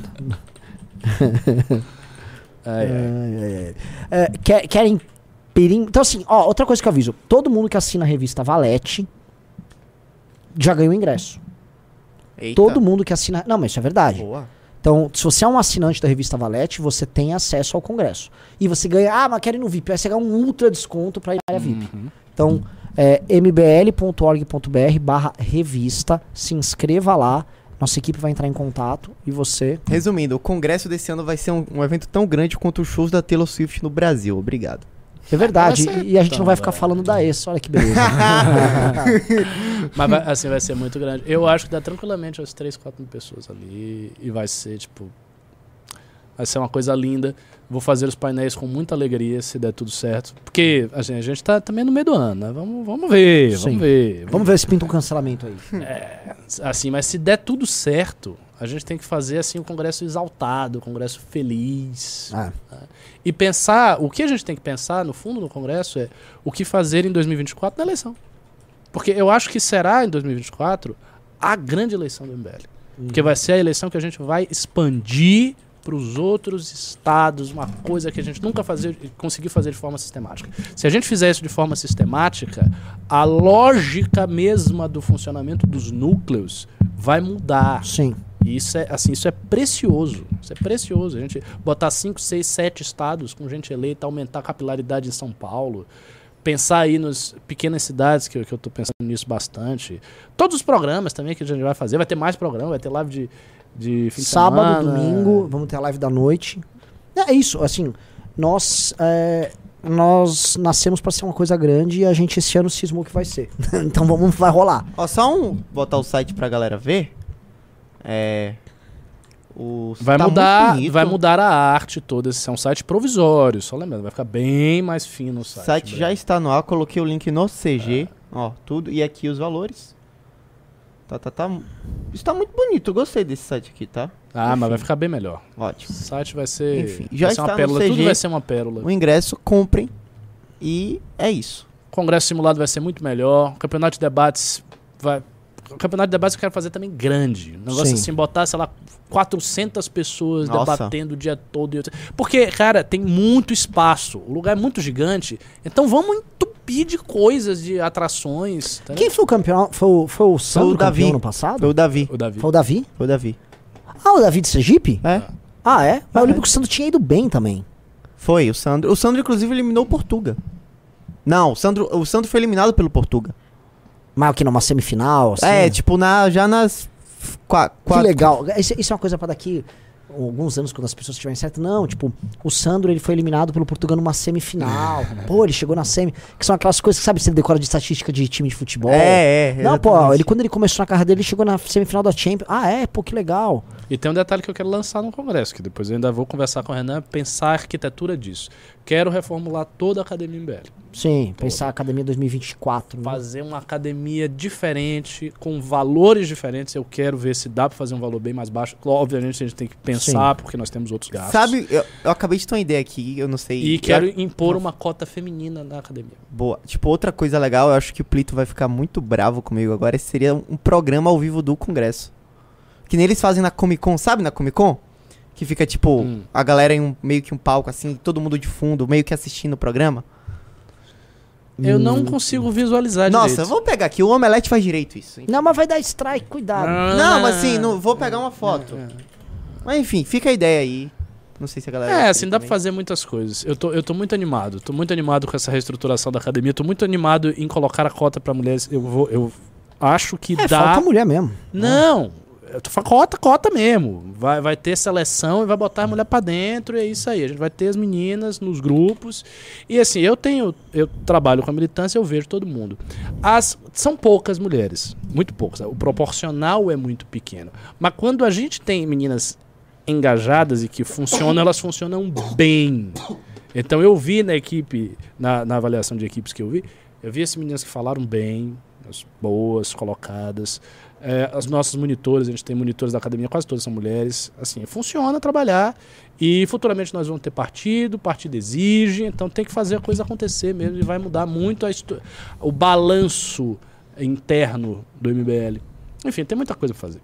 Ai, ai. Ai, ai, ai. É, quer- querem perim... Então assim, ó, outra coisa que eu aviso. Todo mundo que assina a revista Valete já ganhou ingresso. Eita. Todo mundo que assina... Não, mas isso é verdade. Boa. Então, se você é um assinante da revista Valete, você tem acesso ao congresso. E você ganha... Ah, mas quero ir no V I P. Aí você ganha um ultra desconto pra ir na área V I P. Uhum. Então, é mbl.org.br barra revista. Se inscreva lá. Nossa equipe vai entrar em contato. E você... Resumindo, o congresso desse ano vai ser um, um evento tão grande quanto os shows da Taylor Swift no Brasil. Obrigado. É verdade. vai ser E a gente não vai tão ficar bom. falando da ex. Olha que beleza. Mas vai- assim vai ser muito grande. Eu acho que dá tranquilamente umas três, quatro mil pessoas ali. E vai ser, tipo. Vai ser uma coisa linda. Vou fazer os painéis com muita alegria, se der tudo certo. Porque assim, a gente tá também no meio do ano, né? Vamos, vamos ver, Sim. vamos ver. Vamos ver se pinta um cancelamento aí. Assim, mas se der tudo certo, a gente tem que fazer assim um congresso exaltado, um congresso feliz. Ah, E pensar, o que a gente tem que pensar no fundo do congresso é o que fazer em dois mil e vinte e quatro na eleição. Porque eu acho que será em dois mil e vinte e quatro a grande eleição do M B L. Porque vai ser a eleição que a gente vai expandir para os outros estados, uma coisa que a gente nunca fazia, conseguiu fazer de forma sistemática. Se a gente fizer isso de forma sistemática, a lógica mesma do funcionamento dos núcleos vai mudar. sim. E isso é, assim, isso é precioso. Isso é precioso. A gente botar cinco, seis, sete estados com gente eleita, aumentar a capilaridade em São Paulo. Pensar aí nas pequenas cidades, que, eu- que eu tô pensando nisso bastante. Todos os programas também que a gente vai fazer. Vai ter mais programa, vai ter live de, de fim de Sábado, semana. domingo, vamos ter a live da noite. É isso, assim, nós, é, nós nascemos pra ser uma coisa grande e a gente esse ano cismou que vai ser. Então vamos, vai rolar. Ó, só um... Botar o site pra galera ver. É... O, Vai tá muito mudar, bonito. vai mudar a arte toda. Esse é um site provisório, só lembrando, vai ficar bem mais fino o O site. site já breve. está no ar, coloquei o link no C G. Ó, tudo. E aqui os valores. Tá, tá, tá. Isso tá muito bonito, eu gostei desse site aqui, tá? Ah, mas Enfim. vai ficar bem melhor. O Ótimo. site vai ser, Enfim, já vai ser uma está no pérola, C G. tudo vai ser uma pérola. O ingresso, comprem. E é isso. Congresso simulado vai ser muito melhor. O campeonato de debates vai... O campeonato de debates eu quero fazer também grande. Um negócio Sim. assim, botar, sei lá, quatrocentas pessoas Nossa. debatendo o dia todo. e- Porque, cara, tem muito espaço. O lugar é muito gigante. Então vamos entupir de coisas, de atrações. Tá Quem foi o campeão? Foi, o- foi o Sandro o Davi. campeão ano passado? Foi o Davi. O Davi. Foi o Davi? Foi o Davi. Ah, o Davi de Sergipe? É? Ah, é? Mas Ah, eu lembro é. que o Sandro tinha ido bem também. Foi, o Sandro. O Sandro, inclusive, eliminou o Portuga. Não, o Sandro, o Sandro foi eliminado pelo Portuga. Mas aqui numa semifinal, assim. É, tipo, na, já nas. Qua, Que quatro- legal. Isso, isso é uma coisa pra daqui alguns anos, quando as pessoas estiverem certo. Não, tipo, o Sandro ele foi eliminado pelo Portugal numa semifinal. Pô, ele chegou na semi. Que são aquelas coisas que, sabe, você decora de estatística de time de futebol. É, é. Não, pô, exatamente. ele, quando ele começou na carreira dele, ele chegou na semifinal da Champions. Ah, é? Pô, que legal. E tem um detalhe que eu quero lançar no congresso, que depois eu ainda vou conversar com o Renan, pensar a arquitetura disso. Quero reformular toda a Academia M B L. Sim, pensar a Academia dois mil e vinte e quatro. Né? Fazer uma academia diferente, com valores diferentes. Eu quero ver se dá pra fazer um valor bem mais baixo. Obviamente a gente tem que pensar, porque nós temos outros gastos. Sabe, eu, eu acabei de ter uma ideia aqui, eu não sei. E eu- quero impor uma cota feminina na academia. Boa. Tipo, outra coisa legal, eu acho que o Plito vai ficar muito bravo comigo agora, seria um programa ao vivo do Congresso. Que nem eles fazem na Comic Con, sabe na Comic Con? Que fica, tipo, Hum. a galera em um, meio que um palco, assim, todo mundo de fundo, meio que assistindo o programa. Eu não consigo visualizar Nossa, direito. vou pegar aqui, o Omelete faz direito isso. hein? Não, mas vai dar strike, cuidado. Não, mas assim, não, vou pegar uma foto. Mas enfim, fica a ideia aí. Não sei se a galera... É, vai assim, querer dá pra também. fazer muitas coisas. Eu tô, eu tô muito animado. Tô muito animado com essa reestruturação da academia. Tô muito animado em colocar a cota pra mulheres. Eu vou... Eu acho que É, dá... falta mulher mesmo. Não, eu tô falando cota, cota mesmo. Vai, vai ter seleção e vai botar a mulher pra dentro e é isso aí. A gente vai ter as meninas nos grupos. E assim, eu tenho, eu trabalho com a militância, eu vejo todo mundo. As, são poucas mulheres, muito poucas. O proporcional é muito pequeno. Mas quando a gente tem meninas engajadas e que funcionam, elas funcionam bem. Então eu vi na equipe, na, na avaliação de equipes que eu vi, eu vi essas meninas que falaram bem, as boas, colocadas. É, as nossas monitores, a gente tem monitores da academia, quase todas são mulheres. Assim, funciona trabalhar. E futuramente nós vamos ter partido, o partido exige, então tem que fazer a coisa acontecer mesmo. E vai mudar muito a estu- o balanço interno do M B L. Enfim, tem muita coisa pra fazer.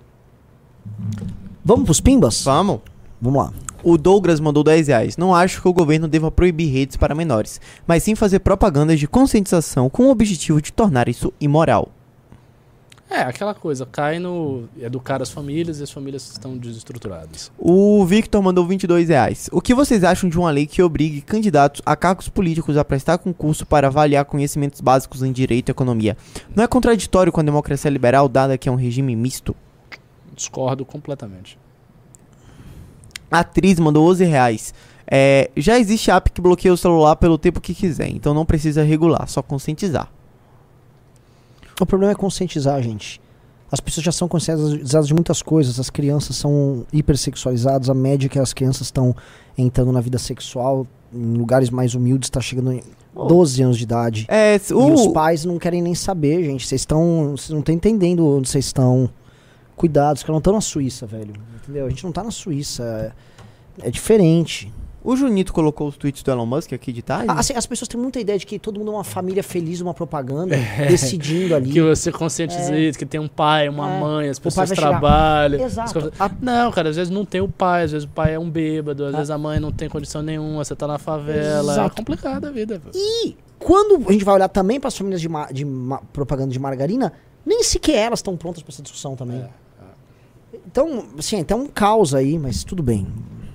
Vamos pros pimbas? Vamos. Vamos lá. O Douglas mandou dez reais. Não acho que o governo deva proibir redes para menores, mas sim fazer propagandas de conscientização com o objetivo de tornar isso imoral. É, aquela coisa, cai no educar as famílias e as famílias estão desestruturadas. O Victor mandou vinte e dois reais. O que vocês acham de uma lei que obrigue candidatos a cargos políticos a prestar concurso para avaliar conhecimentos básicos em direito e economia? Não é contraditório com a democracia liberal, dada que é um regime misto? Discordo completamente. A atriz mandou onze reais. É, já existe app que bloqueia o celular pelo tempo que quiser, então não precisa regular, só conscientizar. O problema é conscientizar, gente. As pessoas já são conscientizadas de muitas coisas. As crianças são hipersexualizadas. A média que as crianças estão entrando na vida sexual em lugares mais humildes está chegando em doze anos de idade. É, E o, os pais não querem nem saber, gente. Vocês estão. Vocês não estão entendendo onde vocês estão. Cuidado, os caras não estão na Suíça, velho. Entendeu? A gente não tá na Suíça. É, é diferente. o Junito colocou os tweets do Elon Musk aqui de tarde. Ah, assim, as pessoas têm muita ideia de que todo mundo é uma família feliz, uma propaganda, decidindo ali. Que você conscientiza É. isso, que tem um pai, uma É. mãe, as O pai pessoas vai chegar. trabalham. Exato. As coisas- Não, cara, às vezes não tem o pai, às vezes o pai é um bêbado, às Ah. vezes a mãe não tem condição nenhuma, você tá na favela. Exato. É complicada a vida. velho. E quando a gente vai olhar também para as famílias de, ma- de ma- propaganda de margarina, nem sequer elas estão prontas para essa discussão também. É, Então, assim, tem um caos aí, mas tudo bem.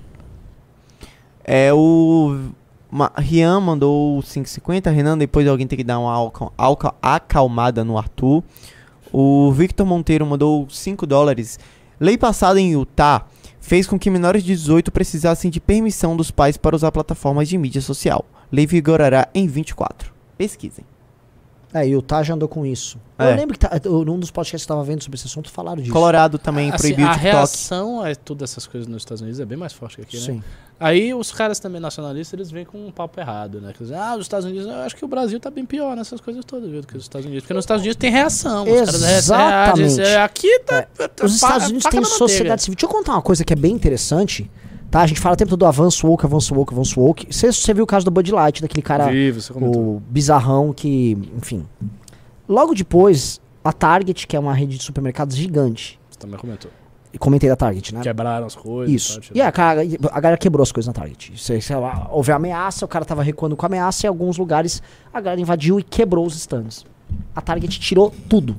É o Ma- Rian mandou cinco e cinquenta. Renan, depois alguém tem que dar uma alca- alca- acalmada no Arthur. O Victor Monteiro mandou cinco dólares. Lei passada em Utah fez com que menores de dezoito precisassem de permissão dos pais para usar plataformas de mídia social. Lei vigorará em vinte e quatro. Pesquisem. É, e o Taj andou com isso. É. Eu lembro que tá, eu- num dos podcasts que eu tava vendo sobre esse assunto, falaram disso. Colorado também Assim, proibiu o a TikTok. reação a todas essas coisas nos Estados Unidos é bem mais forte que aqui, né? Sim. Aí os caras também nacionalistas, eles vêm com um papo errado, né? Quer dizer, ah, os Estados Unidos, eu acho que o Brasil tá bem pior nessas coisas todas, viu, do que os Estados Unidos. Porque nos Estados Unidos tem reação. Os caras reagem, Exatamente. é, aqui tá... tá Os fa- Estados Unidos faca têm na manteiga. sociedade civil. Deixa eu contar uma coisa que é bem interessante. Tá? A gente fala o tempo todo do avanço woke, avanço woke, avanço woke. Você, você viu o caso do Bud Light, daquele cara, Vive, você comentou. o bizarrão que, enfim. Logo depois, a Target, que é uma rede de supermercados gigante. Você também comentou. E comentei da Target, né? Quebraram as coisas. Isso. tal, E a, cara, a galera quebrou as coisas na Target. Sei, sei lá, houve ameaça, o cara tava recuando com a ameaça e em alguns lugares a galera invadiu e quebrou os stands. A Target tirou tudo.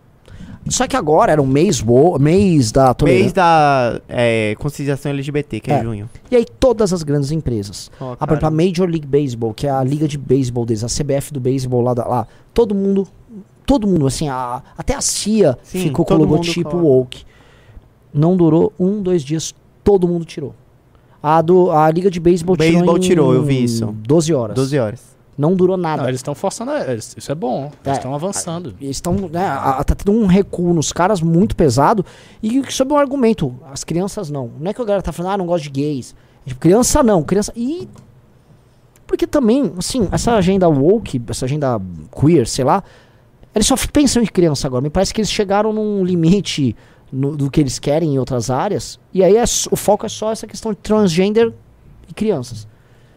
Só que agora era um mês, wo- mês da Mês tolerância. da é, conciliação L G B T, que é, É. junho. E aí todas as grandes empresas. Ó, A, por exemplo, a cara. Major League Baseball, que é a liga de beisebol deles, a C B F do beisebol lá, da- lá, todo mundo, todo mundo, assim, a- até a C I A Sim, ficou com o todo mundo logotipo coloca. woke. Não durou um, dois dias, todo mundo tirou. A, do, a liga de beisebol tirou Beisebol em tirou, eu vi isso. doze horas. doze horas. Não durou nada. Não, eles estão forçando, a- eles- isso é bom, É. eles estão avançando. Eles estão, né, a- a- tá tendo um recuo nos caras muito pesado e sob um argumento, as crianças não. Não é que a galera tá falando, ah, não gosto de gays. Tipo, criança não, criança... E... Porque também, assim, essa agenda woke, essa agenda queer, sei lá, eles só pensam em criança agora. Me parece que eles chegaram num limite no- do que eles querem em outras áreas e aí é s- o foco é só essa questão de transgender e crianças.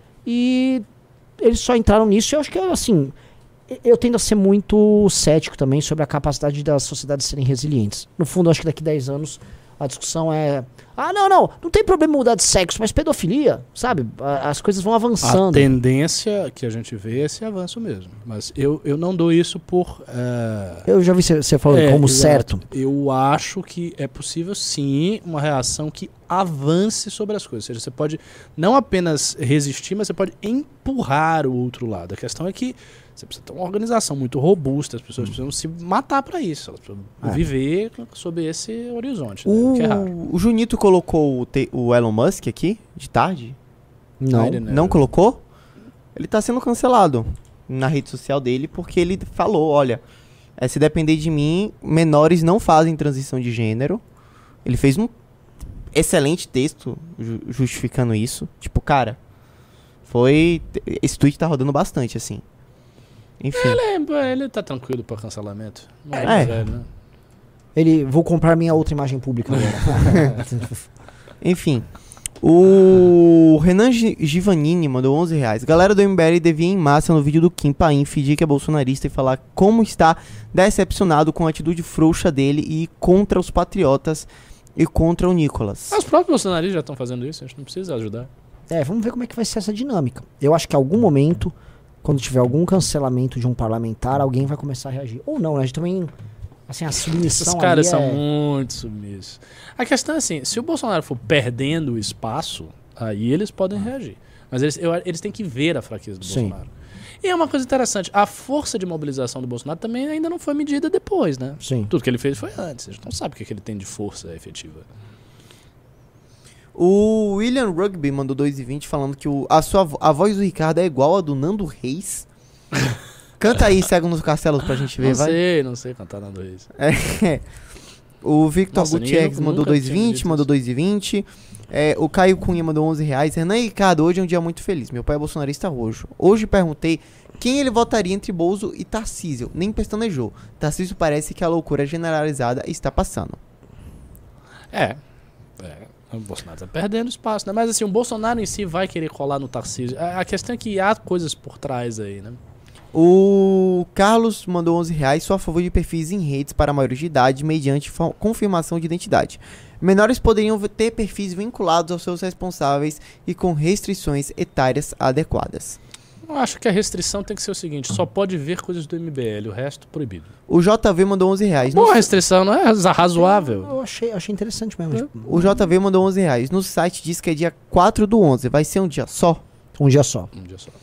E eles só entraram nisso e eu acho que, assim... Eu tendo a ser muito cético também sobre a capacidade das sociedades serem resilientes. No fundo, eu acho que daqui a dez anos a discussão é... Ah, não, não, não tem problema mudar de sexo, mas pedofilia, sabe? A- As coisas vão A avançando. tendência que a gente vê é esse avanço mesmo. Mas eu, eu não dou isso por... eh, Eu já vi você falando É, como exato. certo. Eu acho que é possível sim uma reação que avance sobre as coisas. Ou seja, você pode não apenas resistir, mas você pode empurrar o outro lado. A questão é que você precisa ter uma organização muito robusta, as pessoas precisam se matar para isso, elas precisam É. viver sob esse horizonte, né? O que é raro. O, o Junito colocou o, te- o Elon Musk aqui, de tarde? Não. Aí ele- Não colocou? Ele tá sendo cancelado na rede social dele porque ele falou, olha, é, se depender de mim, menores não fazem transição de gênero. Ele fez um excelente texto ju- justificando isso. Tipo, cara, foi... Esse tweet tá rodando bastante, assim. Enfim. Ele, ele tá tranquilo para cancelamento. Não É. mais velho, né? Ele, vou comprar minha outra imagem pública agora. Enfim. O Renan Gi- Givanini mandou onze reais. Galera do M B L devia ir em massa no vídeo do Kim Paim fingir que é bolsonarista e falar como está decepcionado com a atitude frouxa dele e contra os patriotas e contra o Nicolas. Os próprios bolsonaristas já estão fazendo isso, a gente não precisa ajudar. É, vamos ver como é que vai ser essa dinâmica. Eu acho que em algum momento, quando tiver algum cancelamento de um parlamentar, alguém vai começar a reagir. Ou não, né? A gente também... Assim, a submissão Esses caras ali são é... muito submissos. A questão é assim, se o Bolsonaro for perdendo o espaço, aí eles podem reagir. Mas eles, eu- eles têm que ver a fraqueza do Sim. Bolsonaro. E é uma coisa interessante, a força de mobilização do Bolsonaro também ainda não foi medida depois, né? Sim. Tudo que ele fez foi antes. A gente não sabe o que, que ele tem de força efetiva. O William Rugby mandou dois e vinte falando que o, a, sua, vo- a voz do Ricardo é igual a do Nando Reis. Canta aí, Cego nos Castelos pra gente ver, Não vai. sei, não sei cantar Nando Reis. É. O Victor Nossa, Gutierrez ninguém mandou nunca dois e tinha vinte, dito mandou isso. dois e vinte. É, o Caio Cunha mandou onze reais. Renan e Ricardo, hoje é um dia muito feliz. Meu pai é bolsonarista roxo. Hoje perguntei quem ele votaria entre Bozo e Tarcísio. Nem pestanejou. Tarcísio parece que a loucura generalizada está passando. É. é. O Bolsonaro tá perdendo espaço, né? Mas assim, o Bolsonaro em si vai querer colar no Tarcísio. A a questão é que há coisas por trás aí, né? O Carlos mandou onze reais. Sou a favor de perfis em redes para maiores de idade mediante fo- confirmação de identidade. Menores poderiam v- ter perfis vinculados aos seus responsáveis e com restrições etárias adequadas. Eu acho que a restrição tem que ser o seguinte, só pode ver coisas do M B L, o resto proibido. O J V mandou onze reais. No Boa s- restrição, não é razoável? Eu achei, achei interessante mesmo. tipo, O J V mandou onze reais. No site diz que é dia quatro do onze. Vai ser um dia só? um dia só. Um dia só.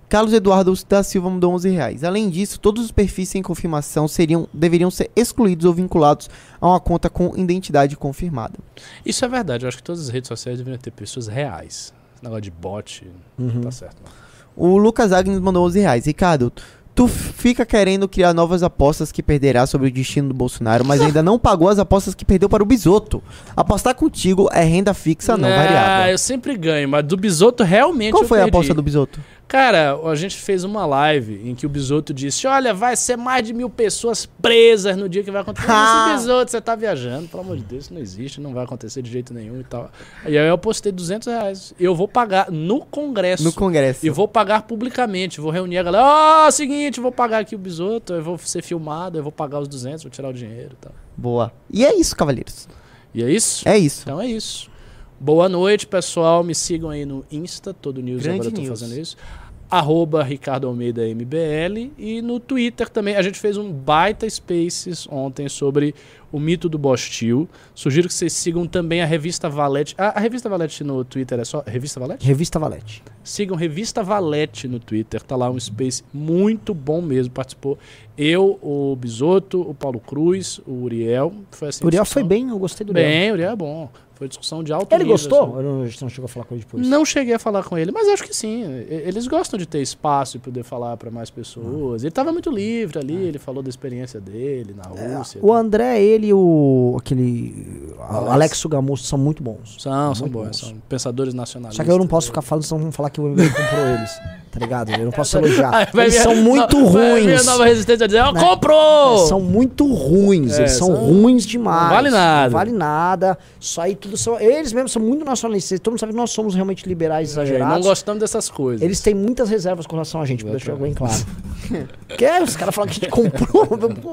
Carlos Eduardo da Silva mandou onze reais. Além disso, todos os perfis sem confirmação seriam, deveriam ser excluídos ou vinculados a uma conta com identidade confirmada. Isso é verdade. Eu acho que todas as redes sociais deveriam ter pessoas reais. Esse negócio de bot Uhum. não tá certo. Não. O Lucas Agnes mandou onze reais. Ricardo, tu fica querendo criar novas apostas que perderá sobre o destino do Bolsonaro, mas ainda não pagou as apostas que perdeu para o Bisotto. Apostar contigo é renda fixa, não Ah, variável. eu sempre ganho, mas do Bisotto realmente Qual eu foi a perdi. aposta do Bisotto? Cara, a gente fez uma live em que o Bisotto disse: olha, vai ser mais de mil pessoas presas no dia que vai acontecer. Ah. Esse Bisotto, você tá viajando, pelo amor de Deus, isso não existe, não vai acontecer de jeito nenhum e tal. E aí eu apostei duzentos reais. Eu vou pagar no Congresso. No Congresso. E vou pagar publicamente. Vou reunir a galera. Ó, oh, seguinte, vou pagar aqui o Bisotto, eu vou ser filmado, eu vou pagar os duzentos, vou tirar o dinheiro e tal. Boa. E é isso, cavalheiros. E é isso? É isso. Então é isso. Boa noite, pessoal. Me sigam aí no Insta, todo news Grande agora eu tô news. fazendo isso. Arroba Ricardo Almeida M B L. E no Twitter também. A gente fez um baita Spaces ontem sobre o mito do Bostil. Sugiro que vocês sigam também a Revista Valete. A, a Revista Valete no Twitter é só Revista Valete? Revista Valete. Sigam Revista Valete no Twitter. Tá lá um Space muito bom mesmo. Participou eu, o Bisotto, o Paulo Cruz, o Uriel. Foi assim, O Uriel discussão. foi bem, eu gostei do Uriel. Bem, o Uriel é bom. Foi discussão de alto Ele nível, gostou? assim. Eu não, a gente não chegou a falar com ele depois. Não cheguei a falar com ele, mas acho que sim. E- Eles gostam de ter espaço e poder falar para mais pessoas. Ele estava muito livre ali, ele falou da experiência dele na Rússia. O André, ele e o aquele Alex. Alex Sugamoso são muito bons. São, são Muito bons, bons. são pensadores nacionalistas. Só que eu não posso ficar falando, senão vão falar que o M B L comprou eles. Tá ligado? Eu não posso elogiar. Aí vai Eles vir- são muito não, vai vir a ruins. nova resistência a dizer, ó, Né? comprou! São muito ruins, É, eles são, são- ruins demais. não vale nada. Não vale nada. Isso aí tudo são. Eles mesmos são muito nacionalistas. Todo mundo sabe que nós somos realmente liberais É, exagerados. não gostamos dessas coisas. Eles têm muitas reservas com relação a gente, pra deixar bem claro. Porque os caras falam que a gente comprou.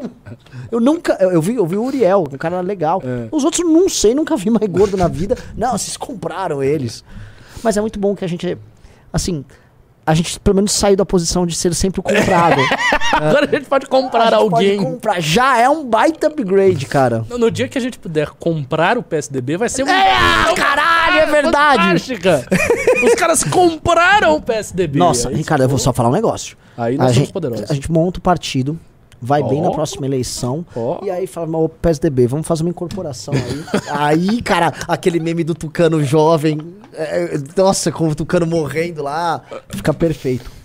Eu nunca. Eu, eu vi, eu vi o Uriel, um cara legal. É. Os outros não sei, nunca vi mais gordo na vida. Não, vocês compraram eles. Mas é muito bom que a gente. Assim. A gente pelo menos saiu da posição de ser sempre o comprado. Agora a gente pode A comprar gente alguém. Pode comprar. Já é um baita upgrade, cara. No, no dia que a gente puder comprar o P S D B, vai ser um. É, uma caralho, é verdade. fantástica. Os caras compraram o P S D B. Nossa, Aí, Ricardo, eu vou só falar um negócio. Aí A nós somos gente, poderosos. a gente monta o partido, vai bem Ó. na próxima eleição. Ó. E aí fala, mas o P S D B, vamos fazer uma incorporação aí. Aí, cara, aquele meme do Tucano jovem. é, nossa, com o Tucano morrendo lá. Fica perfeito.